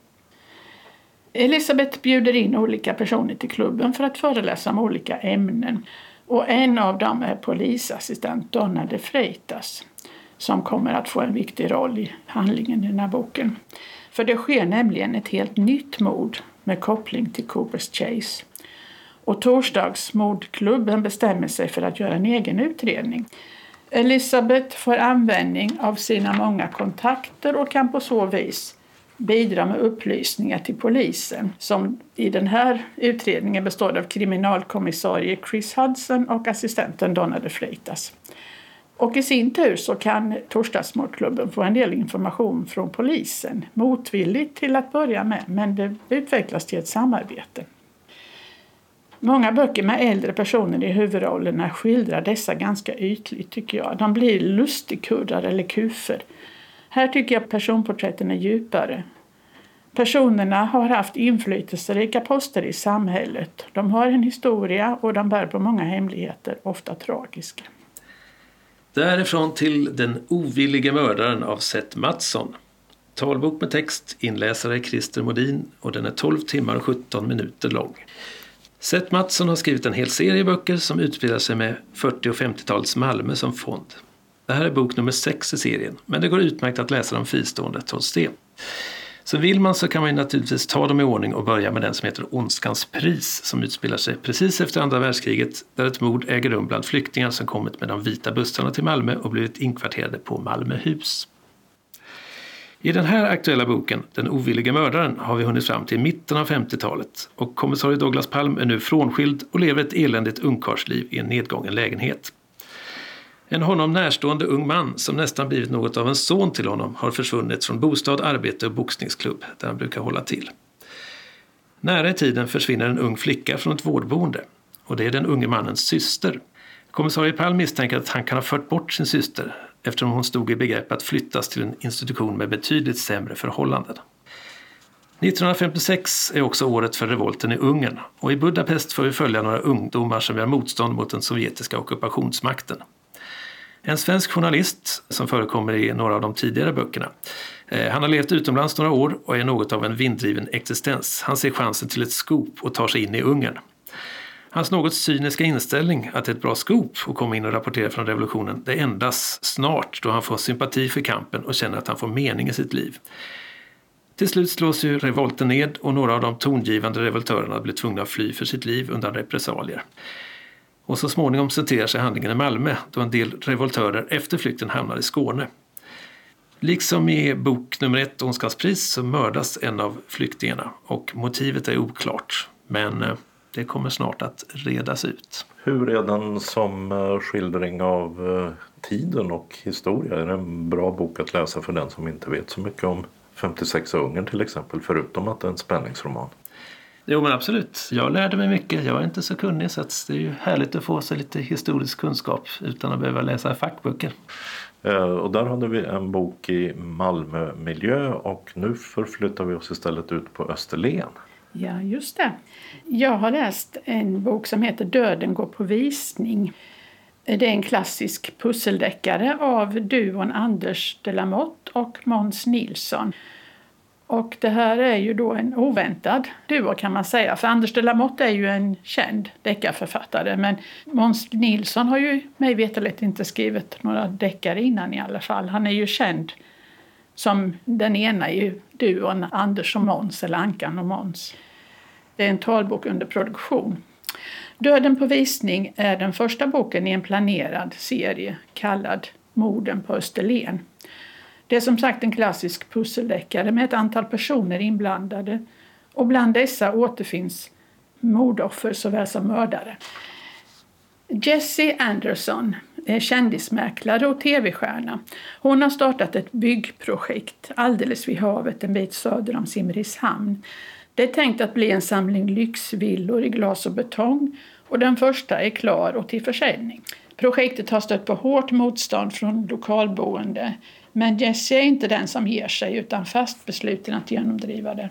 H: Elisabeth bjuder in olika personer till klubben för att föreläsa om olika ämnen. Och en av dem är polisassistent Donna de Freitas som kommer att få en viktig roll i handlingen i den här boken. För det sker nämligen ett helt nytt mord med koppling till Cooper's Chase. Och Torsdagsmordklubben bestämmer sig för att göra en egen utredning. Elisabeth får användning av sina många kontakter och kan på så vis bidra med upplysningar till polisen som i den här utredningen består av kriminalkommissarie Chris Hudson och assistenten Donna de Freitas. Och i sin tur så kan Torsdagsmordklubben få en del information från polisen, motvilligt till att börja med, men det utvecklas till ett samarbete. Många böcker med äldre personer i huvudrollerna skildrar dessa ganska ytligt tycker jag. De blir lustigkurrar eller kufer. Här tycker jag personporträtten är djupare. Personerna har haft inflytelserika poster i samhället. De har en historia och de bär på många hemligheter, ofta tragiska.
F: Därifrån till Den ovillige mördaren av Seth Mattsson. Talbok med text, inläsare Christer Modin och den är 12 timmar och 17 minuter lång. Seth Mattsson har skrivit en hel serie böcker som utspelar sig med 40- och 50-talets Malmö som fond. Det här är bok nummer 6 i serien, men det går utmärkt att läsa dem fristående trots det. Så vill man så kan man naturligtvis ta dem i ordning och börja med den som heter Ondskans pris som utspelar sig precis efter andra världskriget där ett mord äger rum bland flyktingar som kommit med de vita bussarna till Malmö och blivit inkvarterade på Malmöhus. I den här aktuella boken, Den ovillige mördaren, har vi hunnit fram till mitten av 50-talet och kommissarie Douglas Palm är nu frånskild och lever ett eländigt ungkarlsliv i en nedgången lägenhet. En honom närstående ung man som nästan blivit något av en son till honom har försvunnit från bostad, arbete och boxningsklubb där han brukar hålla till. Nära i tiden försvinner en ung flicka från ett vårdboende och det är den unge mannens syster. Kommissarie Palm misstänker att han kan ha fört bort sin syster eftersom hon stod i begrepp att flyttas till en institution med betydligt sämre förhållanden. 1956 är också året för revolten i Ungern och i Budapest får vi följa några ungdomar som gör motstånd mot den sovjetiska ockupationsmakten. En svensk journalist som förekommer i några av de tidigare böckerna. Han har levt utomlands några år och är något av en vinddriven existens. Han ser chansen till ett scoop och tar sig in i Ungern. Hans något cyniska inställning att det är ett bra scoop att komma in och rapportera från revolutionen, det ändras snart då han får sympati för kampen och känner att han får mening i sitt liv. Till slut slås ju revolten ned och några av de tongivande revoltörerna blir tvungna att fly för sitt liv undan repressalier. Och så småningom centrerar sig handlingen i Malmö då en del revoltörer efter flykten hamnar i Skåne. Liksom i bok nummer 1, Ondskapspris, så mördas en av flyktingarna och motivet är oklart. Men det kommer snart att redas ut.
G: Hur är den som skildring av tiden och historia? Är det en bra bok att läsa för den som inte vet så mycket om 56 Ungern till exempel, förutom att det är en spänningsroman?
F: Jo men absolut, jag lärde mig mycket. Jag är inte så kunnig så att det är ju härligt att få sig lite historisk kunskap utan att behöva läsa fackböcker.
G: Och där hade vi en bok i Malmö-miljö och nu förflyttar vi oss istället ut på Österlen.
H: Ja, just det. Jag har läst en bok som heter Döden går på visning. Det är en klassisk pusseldeckare av duon Anders de la Motte och Måns Nilsson. Och det här är ju då en oväntad duo kan man säga. För Anders de la Motte är ju en känd deckarförfattare. Men Måns Nilsson har ju mig veterligt inte skrivit några deckare innan i alla fall. Han är ju känd som den ena i duon Anders och Måns eller Ankan och Måns. Det är en talbok under produktion. Döden på visning är den första boken i en planerad serie kallad Morden på Österlen. Det är som sagt en klassisk pusseldeckare med ett antal personer inblandade och bland dessa återfinns mordoffer såväl som mördare. Jessie Anderson är kändismäklare och tv-stjärna. Hon har startat ett byggprojekt alldeles vid havet en bit söder om Simrishamn. Det är tänkt att bli en samling lyxvillor i glas och betong och den första är klar och till försäljning. Projektet har stött på hårt motstånd från lokalboende, men Jessie är inte den som ger sig utan fast besluten att genomdriva det.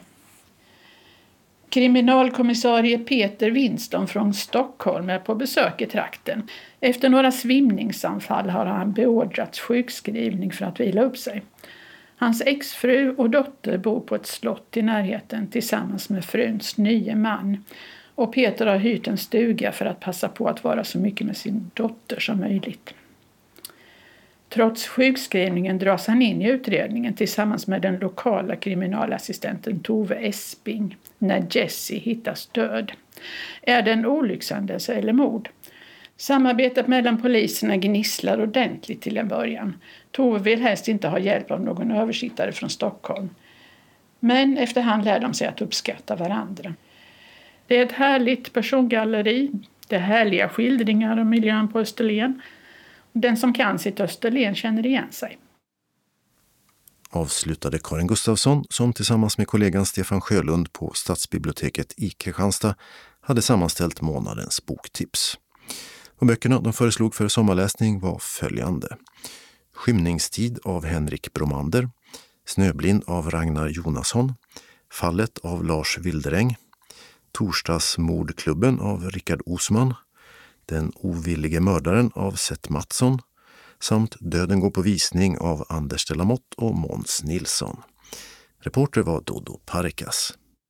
H: Kriminalkommissarie Peter Winston från Stockholm är på besök i trakten. Efter några svimningsanfall har han beordrats sjukskrivning för att vila upp sig. Hans exfru och dotter bor på ett slott i närheten tillsammans med fruns nye man. Och Peter har hyrt en stuga för att passa på att vara så mycket med sin dotter som möjligt. Trots sjukskrivningen dras han in i utredningen tillsammans med den lokala kriminalassistenten Tove Esping när Jessie hittas död. Är det en olyckshändelse eller mord? Samarbetet mellan poliserna gnisslar ordentligt till en början. Tove vill helst inte ha hjälp av någon översittare från Stockholm. Men efterhand lär de sig att uppskatta varandra. Det är ett härligt persongalleri. Det är härliga skildringar av miljön på Österlen. Den som kan sitt Österlen känner igen sig.
A: Avslutade Karin Gustafsson som tillsammans med kollegan Stefan Sjölund på Stadsbiblioteket i Kristianstad hade sammanställt månadens boktips. Och böckerna de föreslog för sommarläsning var följande: Skymningstid av Henrik Bromander, Snöblind av Ragnar Jonasson, Fallet av Lars Wilderäng, Torsdagsmordklubben av Rickard Osman, Den ovillige mördaren av Seth Mattsson samt Döden går på visning av Anders de la Motte och Måns Nilsson. Reporter var Dodo Parikas.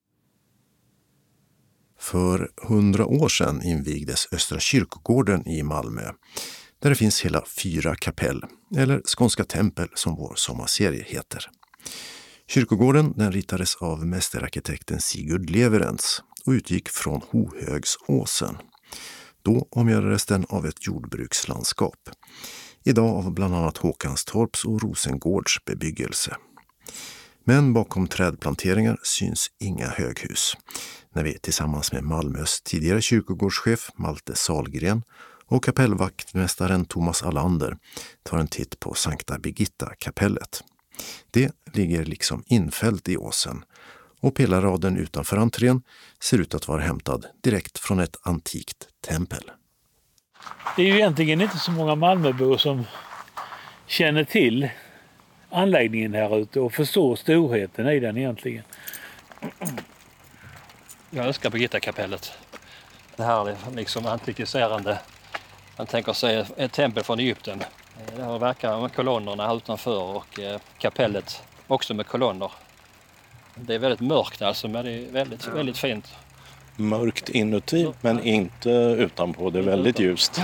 A: För 100 år sedan invigdes Östra kyrkogården i Malmö, där det finns hela 4 kapell, eller Skånska tempel som vår sommarserie heter. Kyrkogården den ritades av mästerarkitekten Sigurd Leverens och utgick från Hohögsåsen. Då omgärdades den av ett jordbrukslandskap. Idag av bland annat Håkanstorps och Rosengårds bebyggelse. Men bakom trädplanteringar syns inga höghus. När vi tillsammans med Malmös tidigare kyrkogårdschef Malte Salgren och kapellvaktmästaren Thomas Allander tar en titt på Sankta Birgitta-kapellet. Det ligger liksom infällt i åsen och pelarraden utanför entrén ser ut att vara hämtad direkt från ett antikt tempel.
I: Det är ju egentligen inte så många Malmöbor som känner till anläggningen här ute och förstår storheten i den egentligen.
J: Jag älskar Birgitta-kapellet. Det här är liksom antikiserande. Man tänker sig ett tempel från Egypten. Det verkar med kolonnerna här utanför och kapellet också med kolonner. Det är väldigt mörkt alltså, men det är väldigt, väldigt fint.
G: Mörkt inuti, men inte utanpå. Det är väldigt ljust.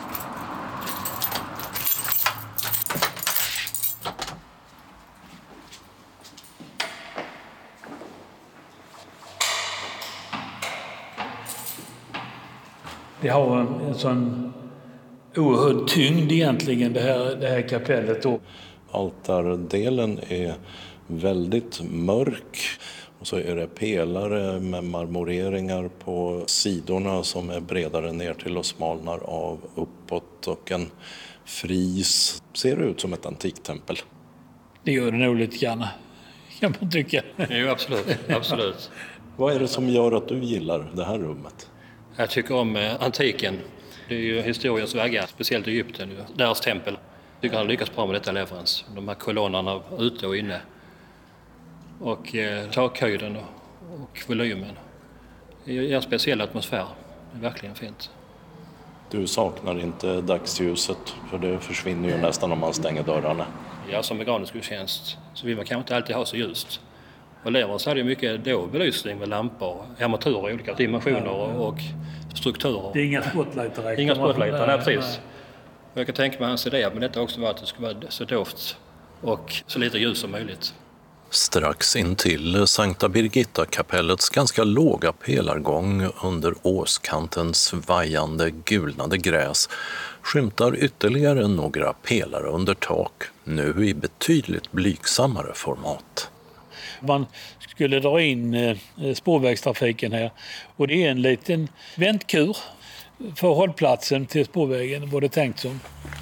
I: Det har en sån oerhörd tyngd egentligen, det här kapellet då.
G: Altardelen är väldigt mörk och så är det pelare med marmoreringar på sidorna som är bredare ner till och smalnar av uppåt, och en fris ser ut som ett antiktempel.
I: Det gör det nog lite grann, kan man tycka.
J: Jo, absolut. Absolut.
G: Vad är det som gör att du gillar det här rummet?
J: Jag tycker om antiken. Det är ju historiens väggar, speciellt Egypten. Deras tempel. Jag tycker han lyckas bra med detta leverans. De här kolonnerna ute och inne. Och takhöjden och volymen. Det ger en speciell atmosfär. Det är verkligen fint.
G: Du saknar inte dagsljuset, för det försvinner ju nästan om man stänger dörrarna.
J: Ja, som begravningsgudstjänst så vill man kanske inte alltid ha så ljust. Och leverans hade ju mycket belysning med lampor, armaturer i olika dimensioner och strukturer.
I: Det är inga spotlighter.
J: Inga spotlighter, nej precis. Och jag kan tänka mig hans idé, men detta också var att det skulle vara så doft och så lite ljus som möjligt.
B: Strax intill Sankta Birgitta-kapellets ganska låga pelargång under åskantens vajande gulnade gräs skymtar ytterligare några pelare under tak, nu i betydligt blygsammare format.
I: Man skulle dra in spårvägstrafiken här, och det är en liten väntkur för hållplatsen till spårvägen, var det tänkt som.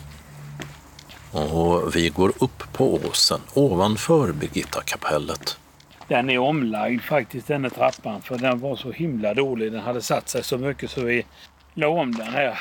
B: Och vi går upp på åsen ovanför Birgitta-kapellet.
I: Den är omlagd faktiskt, den är trappan, för den var så himla dålig. Den hade satt sig så mycket så vi la om den här.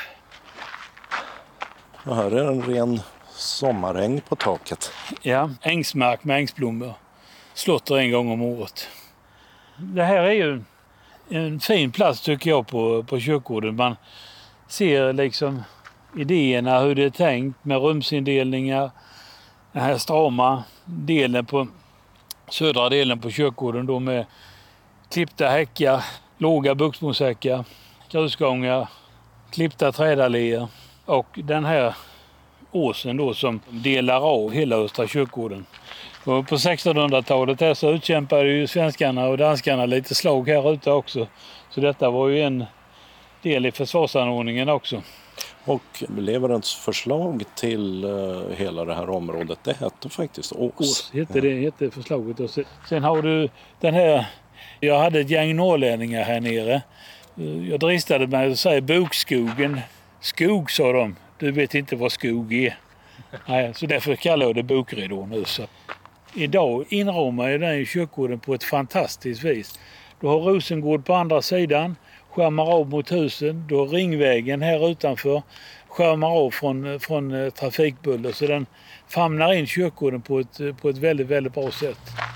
G: Och här är en ren sommaräng på taket.
I: Ja, ängsmark med ängsblommor. Slåtter en gång om året. Det här är ju en fin plats tycker jag på kyrkogården. Man ser liksom idéerna, hur det är tänkt med rumsindelningar. Den här strama delen på södra delen på kyrkogården då med klippta häckar, låga buxbomshäckar, grusgångar, klippta trädalléer och den här åsen då som delar av hela östra kyrkogården. Och på 1600-talet här så utkämpade ju svenskarna och danskarna lite slag här ute också. Så detta var ju en del i försvarsanordningen också.
G: Och leverens förslag till hela det här området, det hette faktiskt Ås.
I: Ås hette förslaget. Och sen har du den här, jag hade ett gäng norrlänningar här nere. Jag dristade mig att säga bokskogen. Skog sa de, du vet inte vad skog är. Nej, så därför kallar jag det bokridå nu. Så. Idag inramar jag den i kyrkogården på ett fantastiskt vis. Du har Rosengård på andra sidan, skärmar av mot husen. Du har Ringvägen här utanför, skärmar av från trafikbuller. Så den famnar in kyrkogården på ett väldigt, väldigt bra sätt.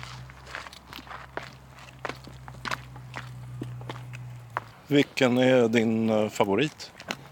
G: Vilken är din favorit?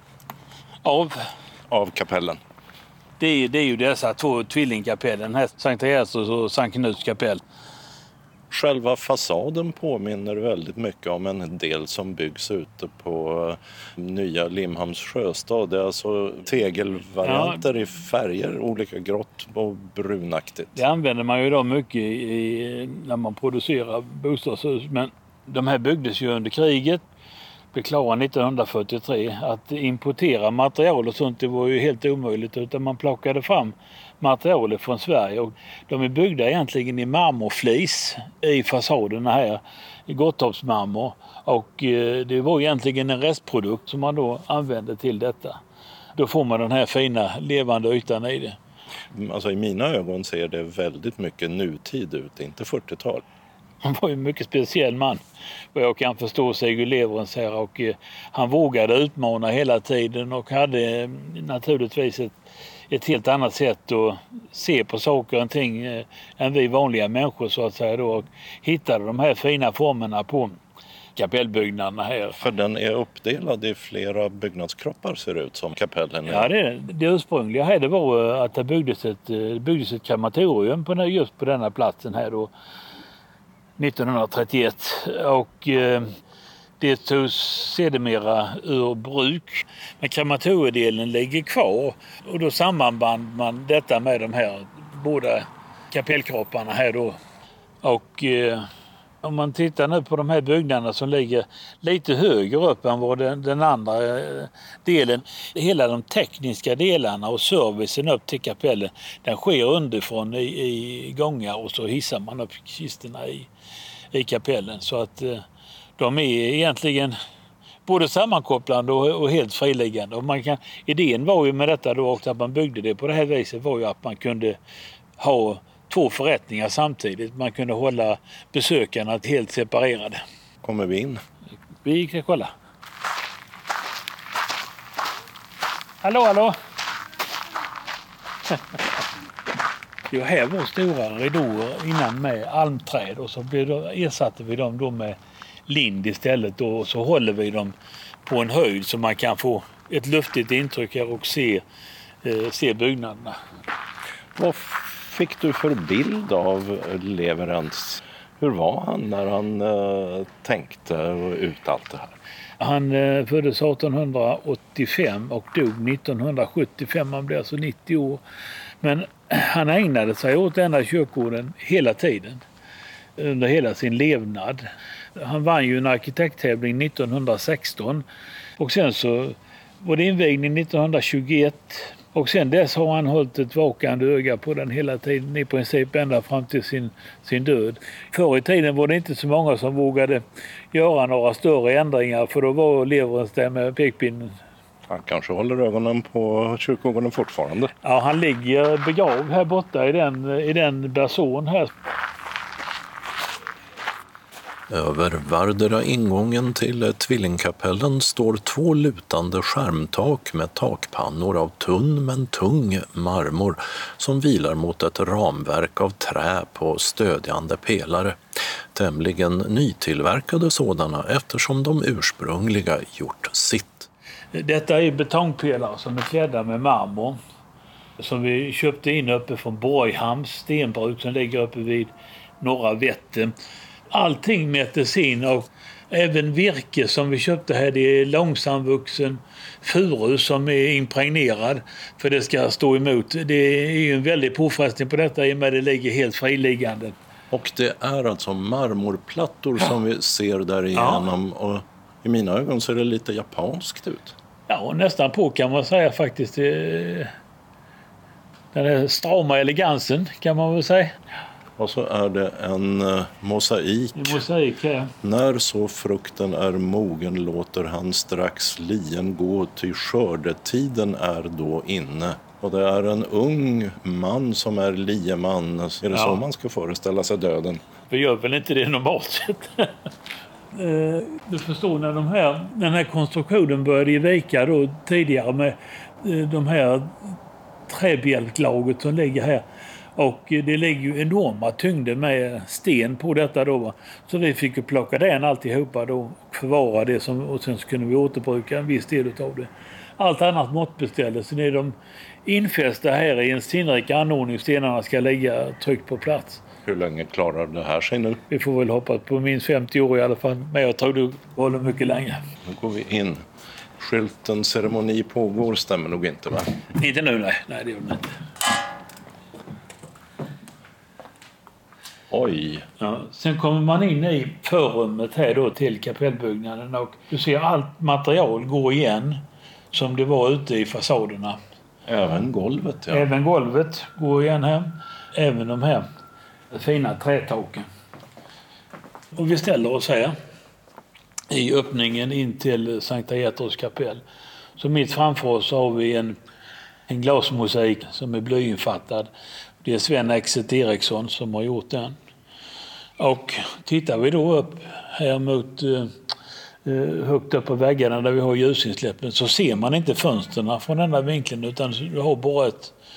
G: Av kapellen?
I: Det är ju dessa två tvillingkapellen, här Sankt Jesus och Sankt Knuts kapell.
G: Själva fasaden påminner väldigt mycket om en del som byggs ute på nya Limhamns sjöstad. Det är alltså tegelvarianter i färger, olika grått och brunaktigt.
I: Det använder man ju idag mycket när man producerar bostadshus. Men de här byggdes ju under kriget. Blev klara 1943. Att importera material och sånt, det var ju helt omöjligt, utan man plockade fram material från Sverige. Och de är byggda egentligen i marmorflis i fasaderna här, i Gottorpsmarmor. Och det var egentligen en restprodukt som man då använde till detta. Då får man den här fina levande ytan i det.
G: Alltså i mina ögon ser det väldigt mycket nutid ut, inte 40-tal.
I: Han var ju en mycket speciell man, och jag kan förstå Sigurd Leverens här, och han vågade utmana hela tiden och hade naturligtvis ett ett helt annat sätt att se på saker och ting än vi vanliga människor så att säga då, och hittade de här fina formerna på kapellbyggnaderna här.
G: För den är uppdelad i flera byggnadskroppar ser det ut som kapellen.
I: Ja, det ursprungliga här det var att det byggdes ett krematorium just på denna platsen här då 1931 och det togs sedermera ur bruk. Men krematoriedelen ligger kvar och då sammanband man detta med de här båda kapellkropparna här då. Och om man tittar nu på de här byggnaderna som ligger lite högre upp än vad den andra delen, hela de tekniska delarna och servicen upp till kapellen, den sker underifrån i gångar och så hissar man upp kisterna i kapellen. Så att de är egentligen både sammankopplande och helt friliggande. Och idén var ju med detta då också att man byggde det på det här viset var ju att man kunde ha 2 förrättningar samtidigt. Man kunde hålla besökarna helt separerade.
G: Kommer vi in?
I: Vi ska kolla. Hallå! Det var här var stora ridåer innan med almträd och så ersatte vi dem då med lind istället och så håller vi dem på en höjd så man kan få ett luftigt intryck här och se byggnaderna.
G: Vad fick du för bild av Lewerentz? Hur var han när han tänkte ut allt det här?
I: Han föddes 1885 och dog 1975. Han blev alltså 90 år. Men han ägnade sig åt denna kyrkogården hela tiden. Under hela sin levnad. Han vann ju en arkitekttävling 1916. Och sen så var det invigning 1921. Och sen dess har han hållit ett vakande öga på den hela tiden, i princip ända fram till sin död. Förr i tiden var det inte så många som vågade göra några större ändringar för då var Lewerentz där med pekpinnen.
G: Han kanske håller ögonen på kyrkogården fortfarande.
I: Ja, han ligger begravd här borta i den bason här.
B: Över vardera ingången till tvillingkapellen står 2 lutande skärmtak med takpannor av tunn men tung marmor som vilar mot ett ramverk av trä på stödjande pelare. Tämligen nytillverkade sådana eftersom de ursprungliga gjort sitt.
I: Detta är betongpelare som är klädda med marmor som vi köpte in uppe från Borghamns stenbruk som ligger uppe vid norra Vättern. Allting mättes in och även virke som vi köpte här, det är långsamvuxen furu som är impregnerad för det ska stå emot. Det är ju en väldig påfrestning på detta i och med det ligger helt friliggande.
B: Och det är alltså marmorplattor som vi ser där igenom och i mina ögon ser det lite japanskt ut.
I: Ja, nästan på kan man säga faktiskt. Den här strama elegansen kan man väl säga.
G: Och så är det en mosaik.
I: En mosaik, ja.
G: När så frukten är mogen låter han strax lien gå, ty skördetiden är då inne. Och det är en ung man som är lieman. Är det så man ska föreställa sig döden?
I: Vi gör väl inte det normalt sett. Du förstår, när den här konstruktionen började vika då tidigare med de här träbjälklaget som ligger här. Och det ligger ju enorma tyngder med sten på detta då. Så vi fick ju plocka den alltihopa då och förvara det och sen så kunde vi återbruka en viss del av det. Allt annat måttbeställdes. Så det är de infästa här i en sinnrik anordning. Stenarna ska ligga tryggt på plats.
G: Hur länge klarar det här sig nu?
I: Vi får väl hoppas på minst 50 år i alla fall. Men jag tror det håller mycket länge.
G: Nu går vi in. Skylten ceremoni pågår stämmer nog inte, va?
I: Inte nu, nej. Nej, det gör det inte.
G: Oj.
I: Ja, sen kommer man in i förrummet här då till kapellbyggnaden och du ser allt material gå igen som det var ute i fasaderna.
G: Även golvet, ja.
I: Även golvet går igen här. Även de här fina trätaken. Och vi ställer oss här i öppningen in till Sankta Gertruds kapell. Så mitt framför oss har vi en glasmosaik som är blyinfattad. Det är Sven Exet Eriksson som har gjort den. Och tittar vi då upp här mot högt upp på väggarna där vi har ljusinsläppen så ser man inte fönsterna från den här vinkeln utan du har bara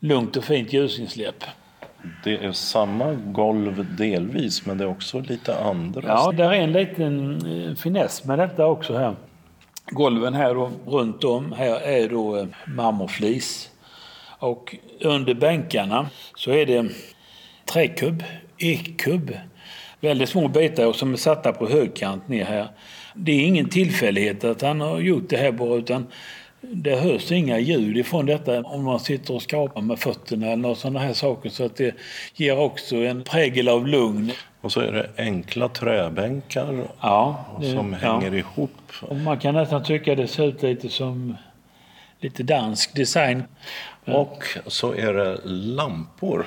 I: lugnt och fint ljusinsläpp.
G: Det är samma golv delvis, men det är också lite andra.
I: Ja, där är en liten finess med detta också här. Golven här då, runt om här är då marmorflis. Och under bänkarna så är det träkubb, ekkubb. Väldigt små bitar som är satta på högkant ner här. Det är ingen tillfällighet att han har gjort det här bara, utan det hörs inga ljud ifrån detta om man sitter och skapar med fötterna eller några sådana här saker, så att det ger också en prägel av lugn.
G: Och så är det enkla träbänkar som hänger ihop.
I: Och man kan nästan tycka det ser ut lite som lite dansk design.
G: Och så är det lampor.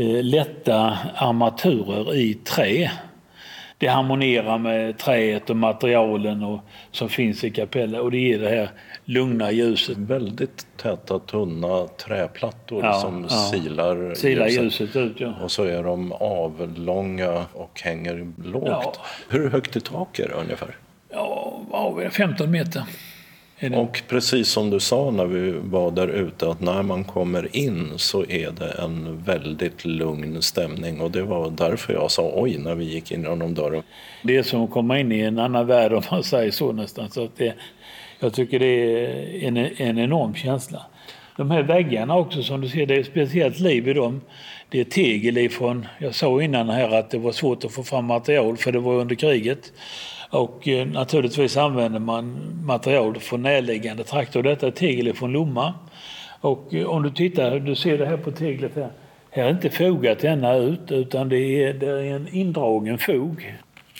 I: Lätta armaturer i trä. Det harmonerar med träet och materialen och, som finns i kapellet, och det ger det här lugna ljuset.
G: Väldigt täta, tunna träplattor som silar
I: ljuset ut. Ja.
G: Och så är de avlånga och hänger lågt. Ja. Hur högt i tak är det ungefär?
I: Ja, 15 meter.
G: Och precis som du sa när vi var där ute, att när man kommer in så är det en väldigt lugn stämning, och det var därför jag sa oj när vi gick in genom dörren.
I: Det är som att komma in i en annan värld, om man säger så nästan, så att jag tycker det är en enorm känsla. De här väggarna också, som du ser, det är speciellt liv i dem. Det är tegel ifrån, jag sa innan här att det var svårt att få fram material för det var under kriget. Och naturligtvis använder man material från närliggande trakter. Detta är tegel från Lomma. Och om du tittar, du ser det här på teglet här. Här är inte fogat ända ut, utan det är en indragen fog.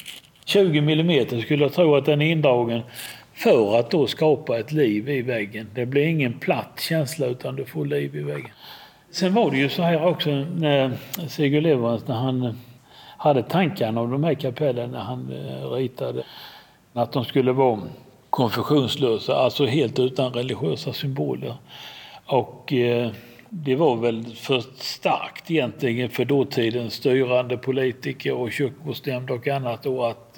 I: 20 mm skulle jag tro att den är indragen för att då skapa ett liv i väggen. Det blir ingen platt känsla, utan du får liv i väggen. Sen var det ju så här också när Sigurd Leverentz, när han hade tankarna om de här kapellen när han ritade, att de skulle vara konfessionslösa, alltså helt utan religiösa symboler. Och det var väl för starkt egentligen för dåtidens styrande politiker och kyrkostämda och annat då, att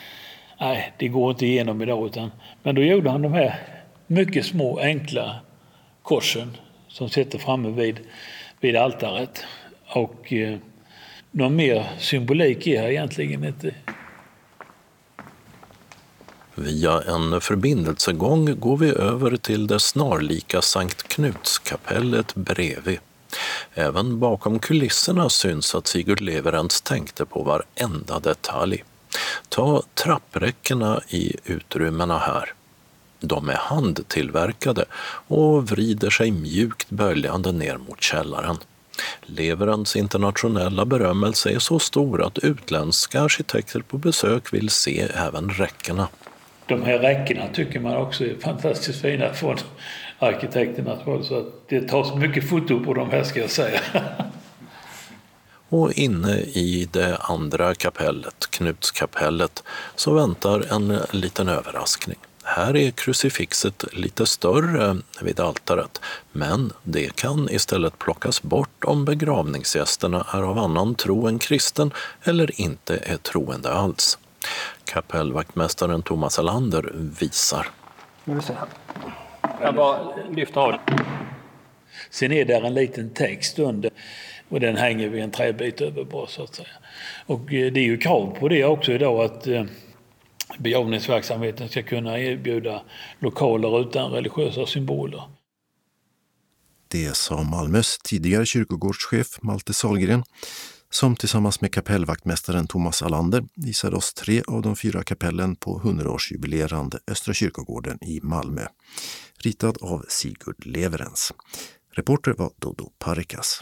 I: det går inte igenom idag. Men då gjorde han de här mycket små enkla korsen som sitter framme vid altaret. Och någon mer symbolik är här egentligen inte.
B: Via en förbindelsegång går vi över till det snarlika Sankt Knutskapellet bredvid. Även bakom kulisserna syns att Sigurd Leverentz tänkte på varenda detalj. Ta trappräckena i utrymmena här. De är handtillverkade och vrider sig mjukt böljande ner mot källaren. Leverentz internationella berömmelse är så stor att utländska arkitekter på besök vill se även räckena.
I: De här räckena tycker man också är fantastiskt fina från arkitekternas håll, så att det tas mycket foto på de här, ska jag säga.
B: Och inne i det andra kapellet, Knutskapellet, så väntar en liten överraskning. Här är krucifixet lite större vid altaret, men det kan istället plockas bort om begravningsgästerna är av annan tro än kristen eller inte är troende alls. Kapellvaktmästaren Thomas Alander visar.
J: Jag bara lyfter av.
I: Sen är där en liten text under, och den hänger vid en träbit över bara, så att säga. Och det är ju krav på det också idag, att begravningsverksamheten ska kunna erbjuda lokaler utan religiösa symboler.
A: Det sa Malmös tidigare kyrkogårdschef Malte Sahlgren, som tillsammans med kapellvaktmästaren Thomas Alander visade oss 3 av de 4 kapellen på 100-årsjubilerande Östra kyrkogården i Malmö, ritad av Sigurd Leverentz. Reporter var Dodo Parikas.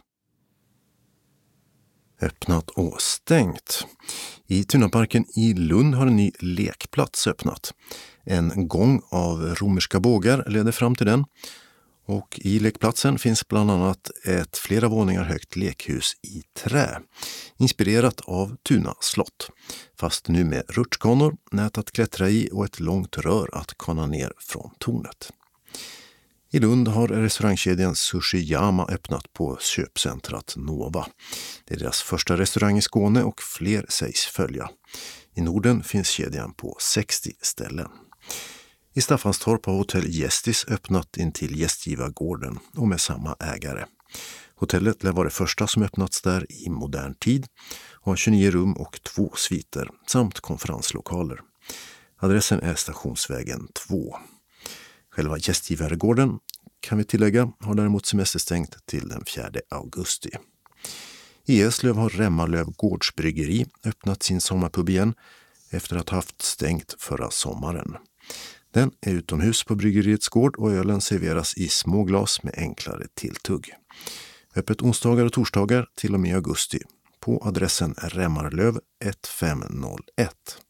A: Öppnat och stängt. I Tunaparken i Lund har en ny lekplats öppnat. En gång av romerska bågar leder fram till den. Och i lekplatsen finns bland annat ett flera våningar högt lekhus i trä, inspirerat av Tuna slott, fast nu med rutschkanor, nät att klättra i och ett långt rör att kana ner från tornet. I Lund har restaurangkedjan Sushiyama öppnat på köpcentrat Nova. Det är deras första restaurang i Skåne och fler sägs följa. I Norden finns kedjan på 60 ställen. I Staffanstorp har hotell Gästis öppnat in till Gästgivargården och med samma ägare. Hotellet lär vara det första som öppnats där i modern tid och har 29 rum och 2 sviter samt konferenslokaler. Adressen är Stationsvägen 2. Själva gästgivaregården, kan vi tillägga, har däremot semesterstängt till den 4 augusti. I Eslöv har Remmarlöv gårdsbryggeri öppnat sin sommarpub igen efter att ha haft stängt förra sommaren. Den är utomhus på bryggeriets gård och ölen serveras i små glas med enklare tilltugg. Öppet onsdagar och torsdagar till och med augusti på adressen Remmarlöv 1501.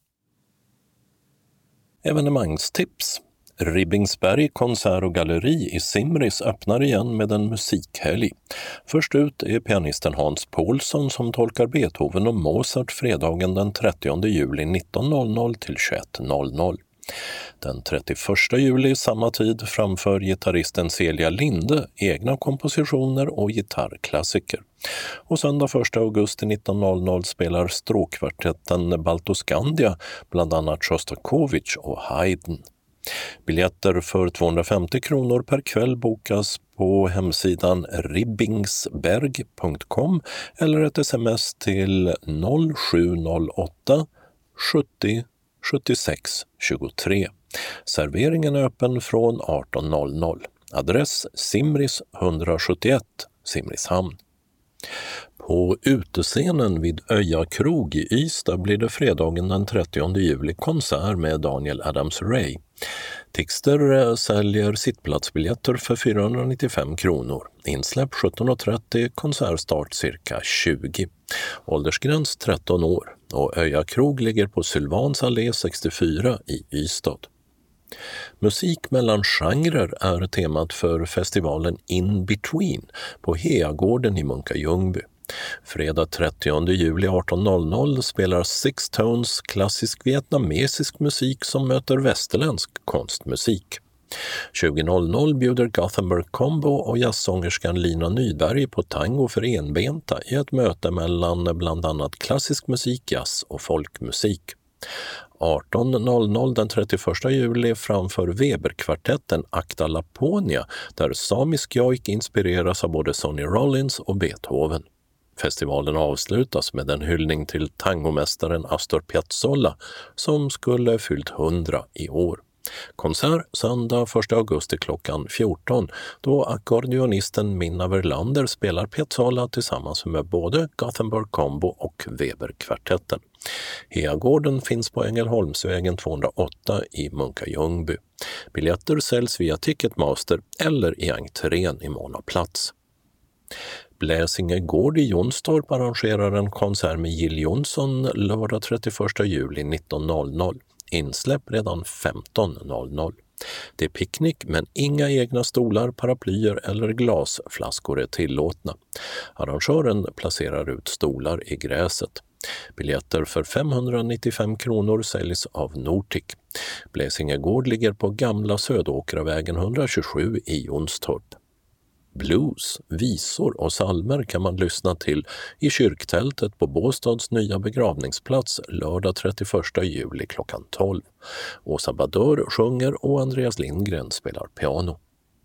B: Evenemangstips. Ribbingsberg konsert och galleri i Simris öppnar igen med en musikhelg. Först ut är pianisten Hans Paulsson som tolkar Beethoven och Mozart fredagen den 30 juli 19.00 till 21.00. Den 31 juli samma tid framför gitarristen Celia Linde egna kompositioner och gitarrklassiker. Och söndag 1 augusti 19.00 spelar stråkkvartetten Baltoscandia bland annat Shostakovich och Haydn. Biljetter för 250 kronor per kväll bokas på hemsidan ribbingsberg.com eller ett sms till 0708 70 76 23. Serveringen är öppen från 18.00. Adress Simris 171, Simrishamn. På utescenen vid Öja krog i Ystad blir det fredagen den 30 juli konsert med Daniel Adams-Ray. Tixter säljer sittplatsbiljetter för 495 kronor. Insläpp 17.30, konsertstart cirka 20. Åldersgräns 13 år och Öja krog ligger på Sylvans allé 64 i Ystad. Musik mellan genrer är temat för festivalen In Between på Heagården i Munka-Ljungby. Fredag 30 juli 18.00 spelar Six Tones klassisk vietnamesisk musik som möter västerländsk konstmusik. 20.00 bjuder Gothenburg Combo och jazzsångerskan Lina Nyberg på tango för enbenta i ett möte mellan bland annat klassisk musik, jazz och folkmusik. 18.00 den 31 juli framför Weberkvartetten Acta Laponia där samisk jojk inspireras av både Sonny Rollins och Beethoven. Festivalen avslutas med en hyllning till tangomästaren Astor Piazzolla som skulle fyllt 100 i år. Konsert söndag 1 augusti klockan 14 då ackordionisten Minna Verlander spelar Piazzolla tillsammans med både Gothenburg Combo och Weberkvartetten. Heagården finns på Ängelholmsvägen 208 i Munka-Ljungby. Biljetter säljs via Ticketmaster eller i entrén i mån av plats. Bläsinge gård i Jonstorp arrangerar en konsert med Jill Johnson lördag 31 juli 19.00. Insläpp redan 15.00. Det är picknick men inga egna stolar, paraplyer eller glasflaskor är tillåtna. Arrangören placerar ut stolar i gräset. Biljetter för 595 kronor säljs av Nortic. Bläsinge gård ligger på Gamla Södåkravägen 127 i Jonstorp. Blues, visor och salmer kan man lyssna till i kyrktältet på Båstads nya begravningsplats lördag 31 juli klockan 12. Åsa Badör sjunger och Andreas Lindgren spelar piano.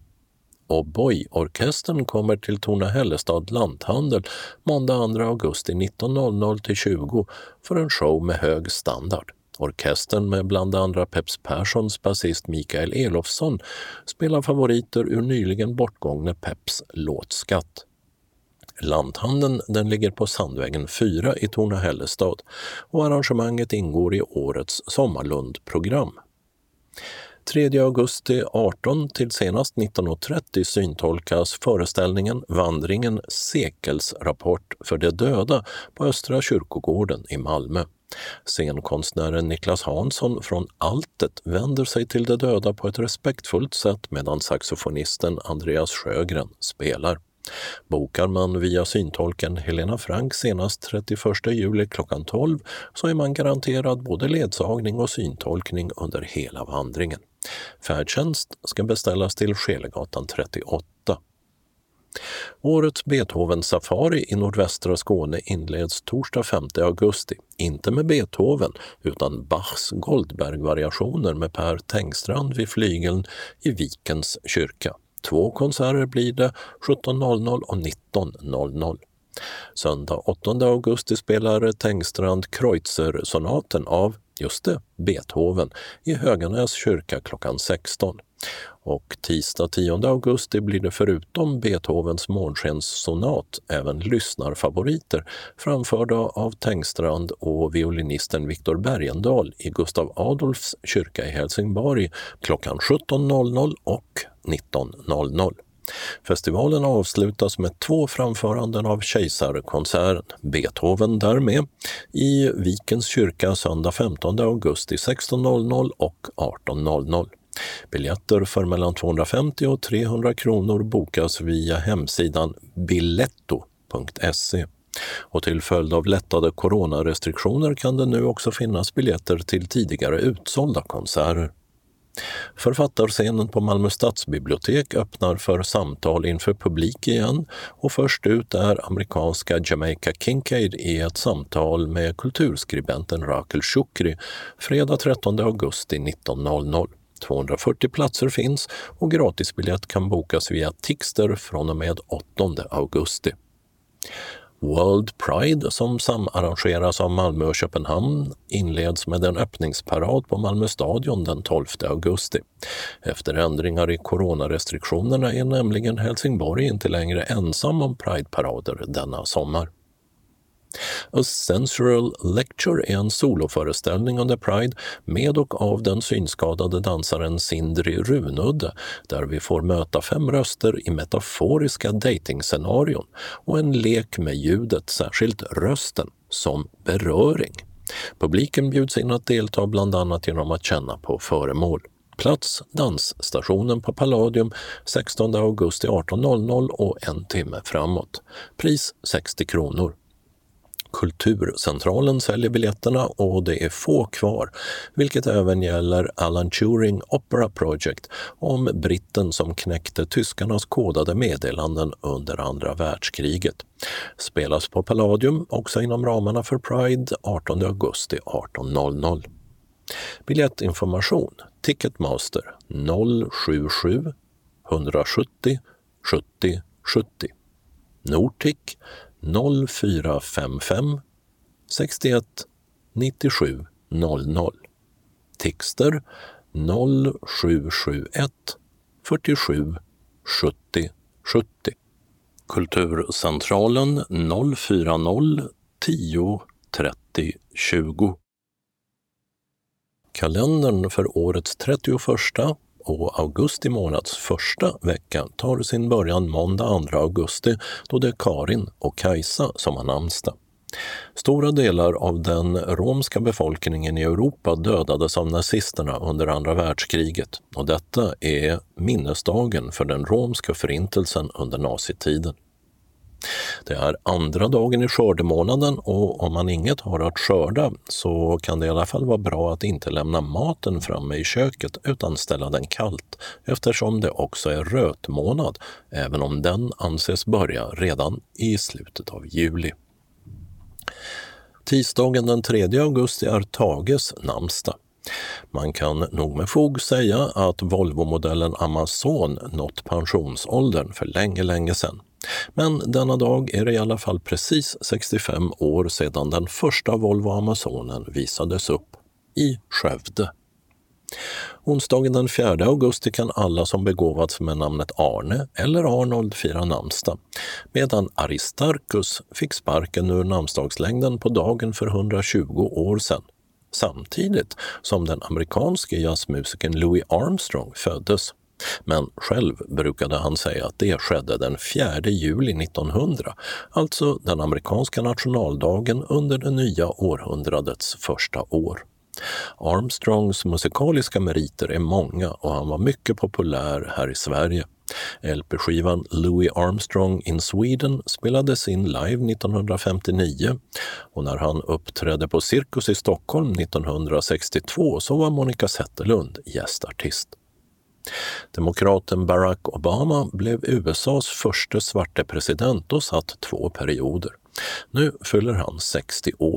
B: Och Boy-orkestern kommer till Torna-Hällestad lanthandel måndag 2 augusti 19.00 till 20 för en show med hög standard. Orkestern med bland andra Peps Perssons basist Mikael Elofsson spelar favoriter ur nyligen bortgångne Peps låtskatt. Lanthandeln den ligger på Sandvägen 4 i Torna-Hällestad och arrangemanget ingår i årets Sommarlund-program. 3 augusti 18 till senast 19.30 syntolkas föreställningen Vandringen Sekelsrapport för de döda på Östra kyrkogården i Malmö. Scenkonstnären Niklas Hansson från Altet vänder sig till de döda på ett respektfullt sätt medan saxofonisten Andreas Sjögren spelar. Bokar man via syntolken Helena Frank senast 31 juli klockan 12 så är man garanterad både ledsagning och syntolkning under hela vandringen. Färdtjänst ska beställas till Skelegatan 38. Årets Beethoven-safari i nordvästra Skåne inleds torsdag 5 augusti, inte med Beethoven utan Bachs Goldberg-variationer med Per Tengstrand vid flygeln i Vikens kyrka. 2 konserter blir det 17.00 och 19.00. Söndag 8 augusti spelar Tengstrand Kreutzer-sonaten av, just det, Beethoven i Höganäs kyrka klockan 16. Och tisdag 10 augusti blir det förutom Beethovens månskenssonat även lyssnarfavoriter framförda av Tengstrand och violinisten Viktor Bergendahl i Gustav Adolfs kyrka i Helsingborg klockan 17.00 och 19.00. Festivalen avslutas med 2 framföranden av Kejsarkonserten, Beethoven därmed, i Vikens kyrka söndag 15 augusti 16.00 och 18.00. Biljetter för mellan 250 och 300 kronor bokas via hemsidan biletto.se. Och till följd av lättade coronarestriktioner kan det nu också finnas biljetter till tidigare utsålda konserter. Författarscenen på Malmö stadsbibliotek öppnar för samtal inför publik igen och först ut är amerikanska Jamaica Kincaid i ett samtal med kulturskribenten Rachel Shukri fredag 13 augusti 19.00. 240 platser finns och gratisbiljett kan bokas via Tixter från och med 8 augusti. World Pride, som samarrangeras av Malmö och Köpenhamn, inleds med en öppningsparad på Malmö stadion den 12 augusti. Efter ändringar i coronarestriktionerna är nämligen Helsingborg inte längre ensam om Pride-parader denna sommar. A Sensual Lecture är en soloföreställning under Pride med och av den synskadade dansaren Sindri Runudde, där vi får möta 5 röster i metaforiska datingscenarion och en lek med ljudet, särskilt rösten, som beröring. Publiken bjuds in att delta bland annat genom att känna på föremål. Plats Dansstationen på Palladium 16 augusti 18.00 och 1 timme framåt. Pris 60 kronor. Kulturcentralen säljer biljetterna och det är få kvar, vilket även gäller Alan Turing Opera Project om britten som knäckte tyskarnas kodade meddelanden under andra världskriget. Spelas på Palladium också inom ramarna för Pride 18 augusti 18.00. Biljettinformation Ticketmaster 077 170 70 70. Nortic 0455 61 97 00. Tixter 0771 47 70 70. Kulturcentralen 040 10 30 20. Kalendern för årets 31 och augusti månads första vecka tar sin början måndag 2 augusti då det är Karin och Kajsa som har namnsdag. Stora delar av den romska befolkningen i Europa dödades av nazisterna under andra världskriget och detta är minnesdagen för den romska förintelsen under nazitiden. Det är andra dagen i skördemånaden och om man inget har att skörda så kan det i alla fall vara bra att inte lämna maten framme i köket utan ställa den kallt eftersom det också är rötmånad även om den anses börja redan i slutet av juli. Tisdagen den 3 augusti är Tages namnsdag. Man kan nog med fog säga att Volvo-modellen Amazon nått pensionsåldern för länge sedan. Men denna dag är det i alla fall precis 65 år sedan den första Volvo Amazonen visades upp i Skövde. Onsdagen den 4 augusti kan alla som begåvats med namnet Arne eller Arnold fira namnsdag, medan Aristarchus fick sparken ur namnsdagslängden på dagen för 120 år sedan, samtidigt som den amerikanske jazzmusikern Louis Armstrong föddes. Men själv brukade han säga att det skedde den 4 juli 1900, alltså den amerikanska nationaldagen under det nya århundradets första år. Armstrongs musikaliska meriter är många och han var mycket populär här i Sverige. LP-skivan Louis Armstrong in Sweden spelades in live 1959 och när han uppträdde på Cirkus i Stockholm 1962 så var Monica Zetterlund gästartist. Demokraten Barack Obama blev USAs första svarte president och satt 2 perioder. Nu fyller han 60 år.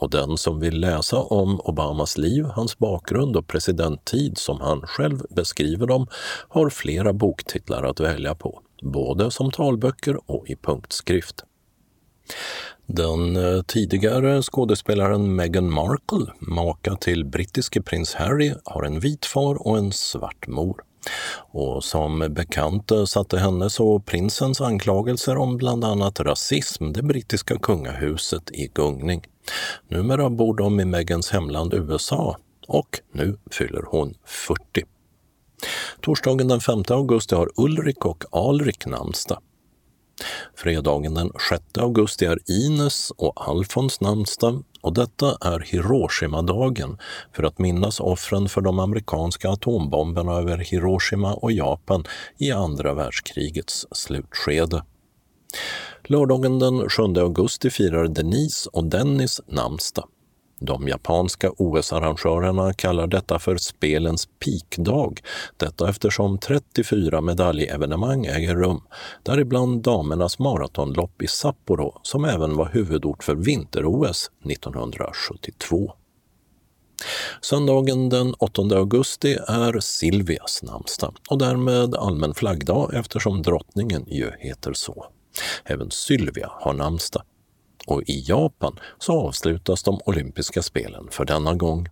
B: och den som vill läsa om Obamas liv, hans bakgrund och presidenttid som han själv beskriver dem har flera boktitlar att välja på, både som talböcker och i punktskrift. Den tidigare skådespelaren Meghan Markle, maka till brittiske prins Harry, har en vit far och en svart mor. Och som bekant satte hennes och prinsens anklagelser om bland annat rasism det brittiska kungahuset i gungning. Numera bor de i Meghans hemland USA och nu fyller hon 40. Torsdagen den 5 augusti har Ulrik och Alrik namnsdag. Fredagen den 6 augusti är Ines och Alfons namnsdag och detta är Hiroshima-dagen för att minnas offren för de amerikanska atombomberna över Hiroshima och Japan i andra världskrigets slutskede. Lördagen den 7 augusti firar Denise och Dennis namnsdag. De japanska OS-arrangörerna kallar detta för spelens peakdag, detta eftersom 34 medaljevenemang äger rum, däribland damernas maratonlopp i Sapporo som även var huvudort för vinter-OS 1972. Söndagen den 8 augusti är Silvias namnsdag och därmed allmän flaggdag eftersom drottningen ju heter så. Även Sylvia har namnsdag. Och i Japan så avslutas de olympiska spelen för denna gång.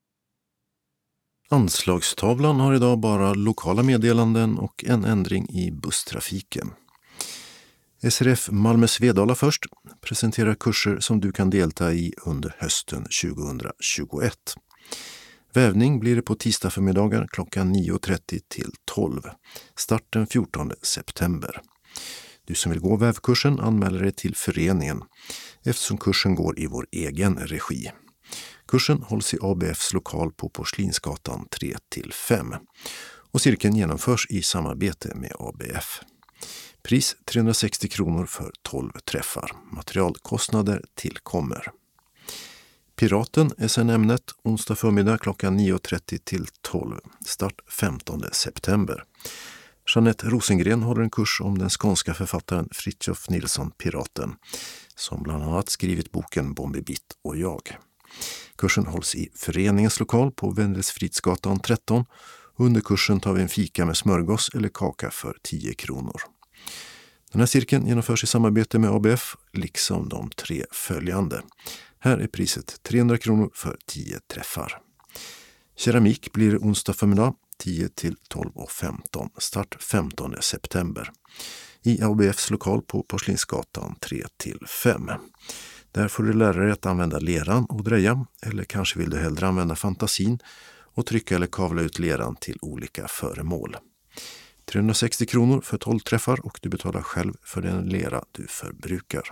A: Anslagstavlan har idag bara lokala meddelanden och en ändring i busstrafiken. SRF Malmö Svedala först presenterar kurser som du kan delta i under hösten 2021. Vävning blir det på tisdag förmiddagar klockan 9.30 till 12. Start den 14 september. Du som vill gå vävkursen anmäler dig till föreningen eftersom kursen går i vår egen regi. Kursen hålls i ABFs lokal på Porslinsgatan 3-5 och cirkeln genomförs i samarbete med ABF. Pris 360 kronor för 12 träffar. Materialkostnader tillkommer. Piraten är sedan ämnet onsdag förmiddag klockan 9.30 till 12. Start 15 september. Jeanette Rosengren håller en kurs om den skånska författaren Fritiof Nilsson Piraten, som bland annat skrivit boken Bombi Bitt och jag. Kursen hålls i föreningens lokal på Wendelsfridsgatan 13. Under kursen tar vi en fika med smörgås eller kaka för 10 kronor. Den här cirkeln genomförs i samarbete med ABF, liksom de 3 följande. Här är priset 300 kronor för 10 träffar. Keramik blir onsdag förmiddag 10 till 12.15. Start 15 september. I ABFs lokal på Porslinsgatan 3-5. Där får du lära dig att använda leran och dreja, eller kanske vill du hellre använda fantasin och trycka eller kavla ut leran till olika föremål. 360 kronor för 12 träffar och du betalar själv för den lera du förbrukar.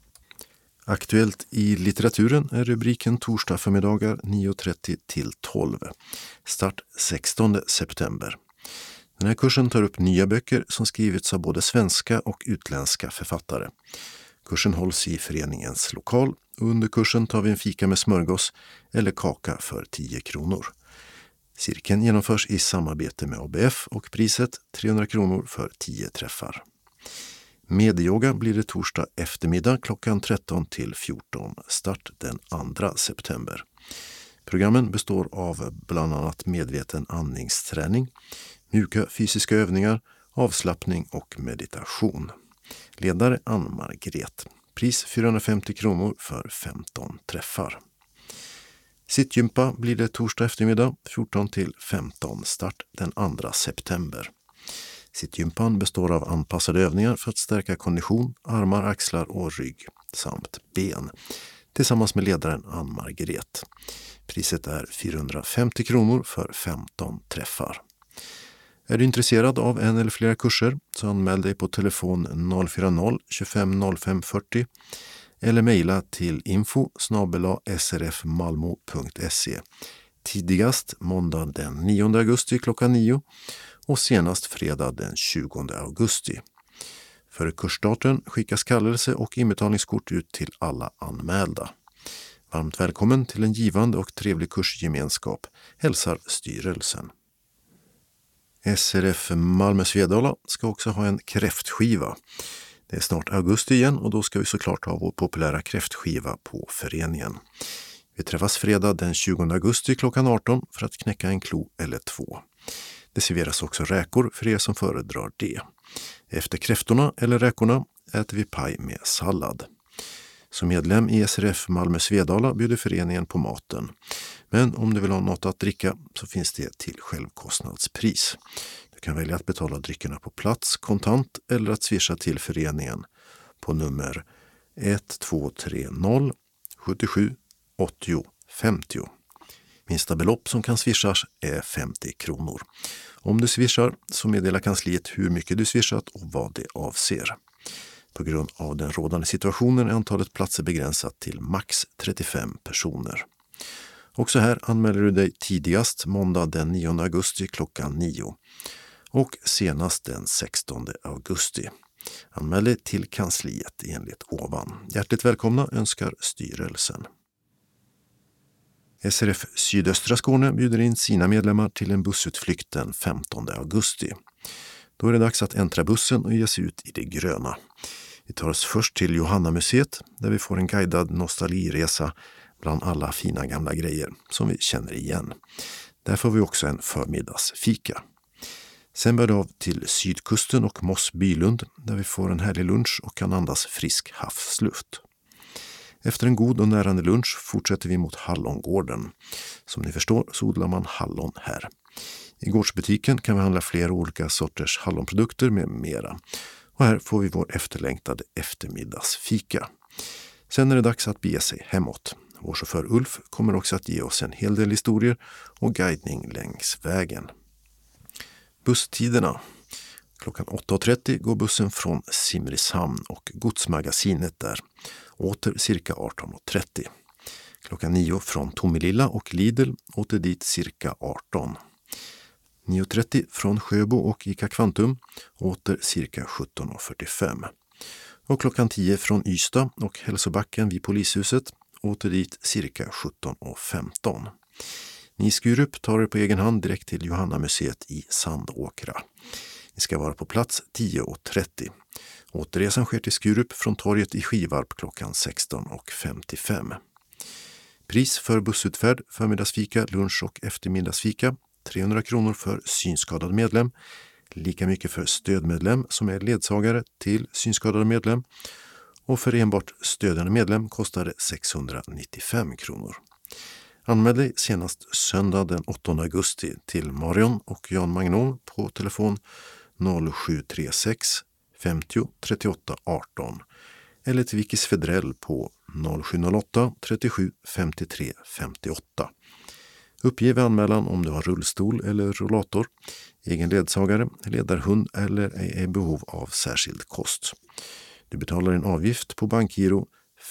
A: Aktuellt i litteraturen är rubriken torsdag förmiddagar 9.30 till 12. Start 16 september. Den här kursen tar upp nya böcker som skrivits av både svenska och utländska författare. Kursen hålls i föreningens lokal och under kursen tar vi en fika med smörgås eller kaka för 10 kronor. Cirkeln genomförs i samarbete med ABF och priset 300 kronor för 10 träffar. Medyoga blir det torsdag eftermiddag klockan 13 till 14. Start den 2 september. Programmen består av bland annat medveten andningsträning, mjuka fysiska övningar, avslappning och meditation. Ledare Ann-Margret. Pris 450 kronor för 15 träffar. Sittgympa blir det torsdag eftermiddag 14 till 15. Start den 2 september. Sittgympan består av anpassade övningar för att stärka kondition, armar, axlar och rygg samt ben tillsammans med ledaren Ann-Margret. Priset är 450 kronor för 15 träffar. Är du intresserad av en eller flera kurser så anmäl dig på telefon 040 25 05 40 eller mejla till info@srfmalmo.se. Tidigast måndag den 9 augusti klockan 9 och senast fredag den 20 augusti. För kursstarten skickas kallelse och inbetalningskort ut till alla anmälda. Varmt välkommen till en givande och trevlig kursgemenskap, hälsar styrelsen. SRF Malmö Svedala ska också ha en kräftskiva. Det är snart augusti igen och då ska vi såklart ha vår populära kräftskiva på föreningen. Vi träffas fredag den 20 augusti klockan 18 för att knäcka en klo eller 2. Det serveras också räkor för er som föredrar det. Efter kräftorna eller räkorna äter vi paj med sallad. Som medlem i SRF Malmö Svedala bjuder föreningen på maten. Men om du vill ha något att dricka så finns det till självkostnadspris. Du kan välja att betala dryckerna på plats, kontant eller att swisha till föreningen på nummer 1230 77 80 50. Minsta belopp som kan swishas är 50 kronor. Om du swishar så meddelar kansliet hur mycket du swishat och vad det avser. På grund av den rådande situationen är antalet platser begränsat till max 35 personer. Också här anmäler du dig tidigast måndag den 9 augusti klockan 9 och senast den 16 augusti. Anmäl dig till kansliet enligt ovan. Hjärtligt välkomna önskar styrelsen. SRF Sydöstra Skåne bjuder in sina medlemmar till en bussutflykt den 15 augusti. Då är det dags att äntra bussen och ge sig ut i det gröna. Vi tar oss först till Johanna-museet där vi får en guidad nostalgiresa bland alla fina gamla grejer som vi känner igen. Där får vi också en förmiddagsfika. Sen bär det av till Sydkusten och Moss Bylund där vi får en härlig lunch och kan andas frisk havsluft. Efter en god och närande lunch fortsätter vi mot Hallongården. Som ni förstår så odlar man hallon här. I gårdsbutiken kan vi handla flera olika sorters hallonprodukter med mera. Och här får vi vår efterlängtade eftermiddagsfika. Sen är det dags att bege sig hemåt. Vår chaufför Ulf kommer också att ge oss en hel del historier och guidning längs vägen. Busstiderna. Klockan 8.30 går bussen från Simrishamn och godsmagasinet där. Åter cirka 18.30. Klockan 9 från Tomelilla och Lidl, åter dit cirka 18. 9.30 från Sjöbo och Ica Kvantum, åter cirka 17.45. Och klockan 10 från Ystad och Hälsobacken vid polishuset, åter dit cirka 17.15. Ni Skurup tar er på egen hand direkt till Johanna-museet i Sandåkra. Ni ska vara på plats 10.30. Återresan sker till Skurup från torget i Skivarp klockan 16.55. Pris för bussutfärd, förmiddagsfika, lunch och eftermiddagsfika 300 kronor för synskadad medlem, lika mycket för stödmedlem som är ledsagare till synskadad medlem och för enbart stödjande medlem kostar det 695 kronor. Anmäl dig senast söndag den 8 augusti till Marion och Jan Magnon på telefon 0736 50 38 18 eller till Vicky Svedrell på 0708 37 53 58. Uppge vid anmälan om du har rullstol eller rollator, egen ledsagare, ledarhund eller är i behov av särskild kost. Du betalar en avgift på bankgiro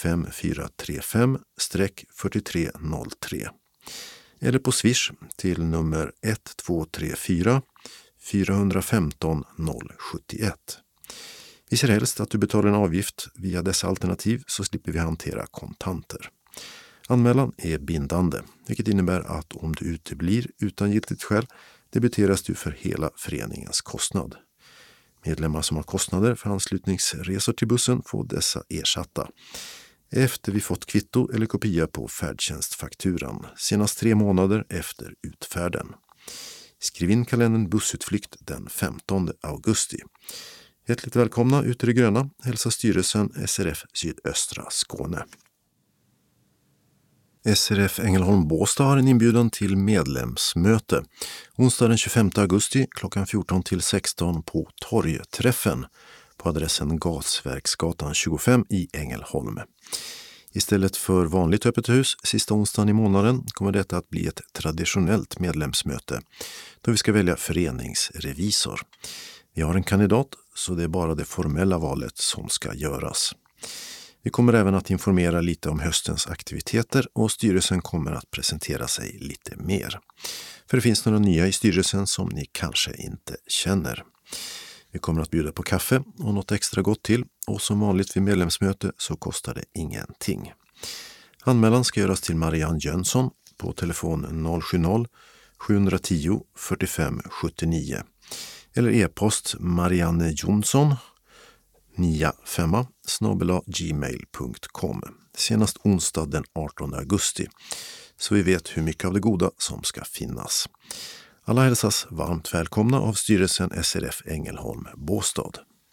A: 5435-4303 eller på Swish till nummer 1234 415 071. Vi ser helst att du betalar en avgift via dessa alternativ så slipper vi hantera kontanter. Anmälan är bindande, vilket innebär att om du uteblir utan giltigt skäl debiteras du för hela föreningens kostnad. Medlemmar som har kostnader för anslutningsresor till bussen får dessa ersatta. Efter vi fått kvitto eller kopia på färdtjänstfakturan, senast 3 månader efter utfärden. Skriv in kalendern bussutflykt den 15 augusti. Hjärtligt välkomna ut i det gröna, hälsar styrelsen SRF Sydöstra Skåne. SRF Ängelholm-Båstad har en inbjudan till medlemsmöte. Onsdag den 25 augusti klockan 14 till 16 på Torgträffen på adressen Gasverksgatan 25 i Ängelholm. Istället för vanligt öppet hus sista onsdagen i månaden kommer detta att bli ett traditionellt medlemsmöte då vi ska välja föreningsrevisor. Vi har en kandidat så det är bara det formella valet som ska göras. Vi kommer även att informera lite om höstens aktiviteter och styrelsen kommer att presentera sig lite mer. För det finns några nya i styrelsen som ni kanske inte känner. Vi kommer att bjuda på kaffe och något extra gott till och som vanligt vid medlemsmöte så kostar det ingenting. Anmälan ska göras till Marianne Jönsson på telefon 070-710 45 79 eller e-post Marianne Jonsson 95@gmail.com. Senast onsdag den 18 augusti. Så vi vet hur mycket av det goda som ska finnas. Alla hälsas varmt välkomna av styrelsen SRF Ängelholm Båstad.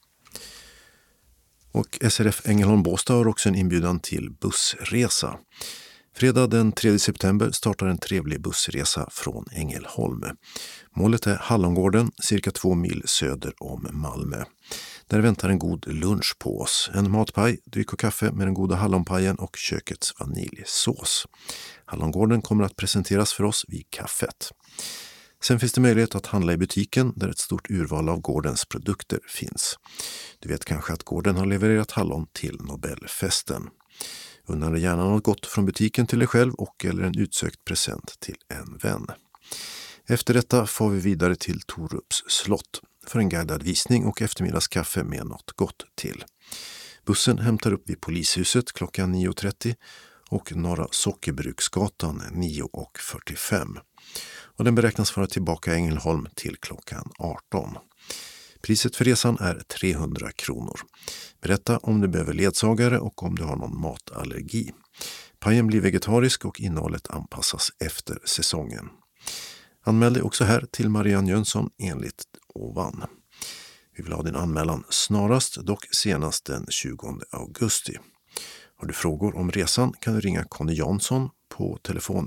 A: Och SRF Ängelholm Båstad har också en inbjudan till bussresa. Fredag den 3 september startar en trevlig bussresa från Ängelholm. Målet är Hallongården, cirka 2 mil söder om Malmö. Där väntar en god lunch på oss. En matpaj, dryck och kaffe med den goda hallonpajen och kökets vaniljsås. Hallongården kommer att presenteras för oss vid kaffet. Sen finns det möjlighet att handla i butiken där ett stort urval av gårdens produkter finns. Du vet kanske att gården har levererat hallon till Nobelfesten. Unna dig gärna något gott från butiken till dig själv och eller en utsökt present till en vän. Efter detta får vi vidare till Torups slott för en guidad visning och eftermiddagskaffe med något gott till. Bussen hämtar upp vid polishuset klockan 9.30 och Norra Sockerbruksgatan 9.45. Och den beräknas vara tillbaka i Ängelholm till klockan 18. Priset för resan är 300 kronor. Berätta om du behöver ledsagare och om du har någon matallergi. Pajen blir vegetarisk och innehållet anpassas efter säsongen. Anmäl dig också här till Marianne Jönsson enligt ovan. Vi vill ha din anmälan snarast, dock senast den 20 augusti. Har du frågor om resan kan du ringa Conny Jansson på telefon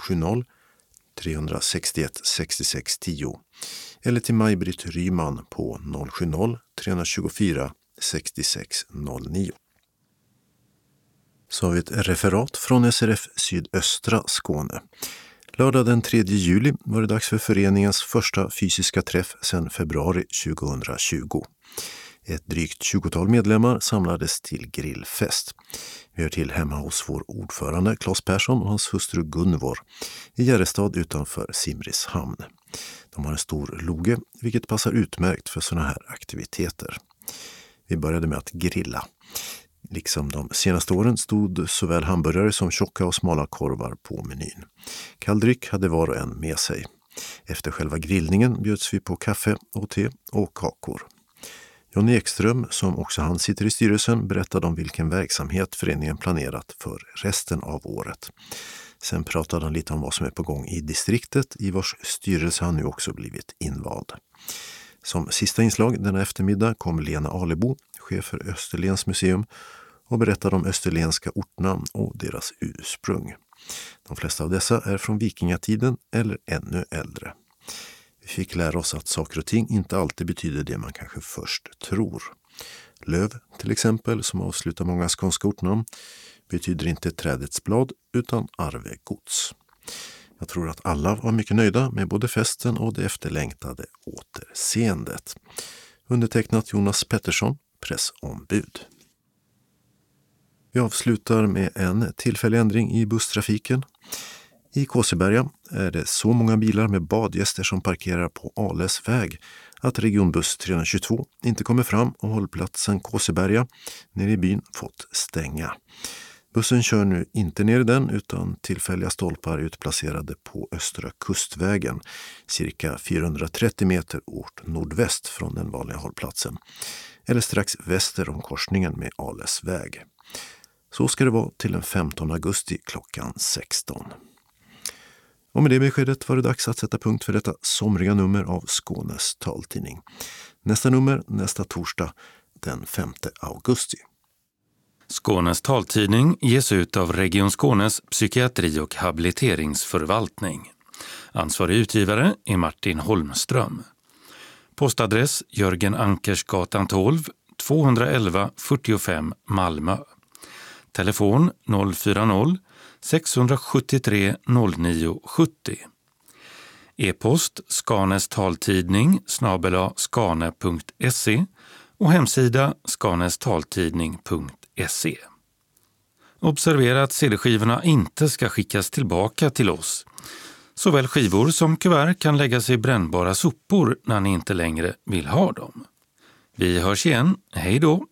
A: 070-361 66 10 eller till Maj-Britt Ryman på 070-324 66 09. Så har vi ett referat från SRF Sydöstra Skåne. Lördag den 3 juli var det dags för föreningens första fysiska träff sedan februari 2020. Ett drygt 20-tal medlemmar samlades till grillfest. Vi hör till hemma hos vår ordförande Claes Persson och hans hustru Gunvor i Järrestad utanför Simrishamn. De har en stor loge, vilket passar utmärkt för sådana här aktiviteter. Vi började med att grilla. Liksom de senaste åren stod såväl hamburgare som tjocka och smala korvar på menyn. Kalldryck hade var och en med sig. Efter själva grillningen bjöds vi på kaffe och te och kakor. Jonny Ekström, som också han sitter i styrelsen, berättade om vilken verksamhet föreningen planerat för resten av året. Sen pratade han lite om vad som är på gång i distriktet, i vars styrelse han nu också blivit invald. Som sista inslag denna eftermiddag kom Lena Alebo, chef för Österlens museum, och berättade om österlenska ortnamn och deras ursprung. De flesta av dessa är från vikingatiden eller ännu äldre. Vi fick lära oss att saker och ting inte alltid betyder det man kanske först tror. Löv, till exempel, som avslutar många skånska ortnamn, betyder inte trädets blad utan arvegods. Jag tror att alla var mycket nöjda med både festen och det efterlängtade återseendet. Undertecknat Jonas Pettersson, pressombud. Vi avslutar med en tillfällig ändring i busstrafiken. I Kåseberga är det så många bilar med badgäster som parkerar på Ales väg att regionbuss 322 inte kommer fram och hållplatsen Kåseberga nere i byn fått stänga. Bussen kör nu inte ner i den utan tillfälliga stolpar utplacerade på Östra kustvägen, cirka 430 meter åt nordväst från den vanliga hållplatsen, eller strax väster om korsningen med Ales väg. Så ska det vara till den 15 augusti klockan 16. Och med det beskedet var det dags att sätta punkt för detta somriga nummer av Skånes taltidning. Nästa nummer nästa torsdag den 5 augusti.
K: Skånes taltidning ges ut av Region Skånes psykiatri- och habiliteringsförvaltning. Ansvarig utgivare är Martin Holmström. Postadress Jörgen Ankersgatan 12, 211 45 Malmö. Telefon 040 673 0970. E-post skanestaltidning @skane.se och hemsida skanestaltidning.se. Observera att CD-skivorna inte ska skickas tillbaka till oss. Såväl skivor som kuvert kan läggas i brännbara sopor när ni inte längre vill ha dem. Vi hörs igen. Hej då!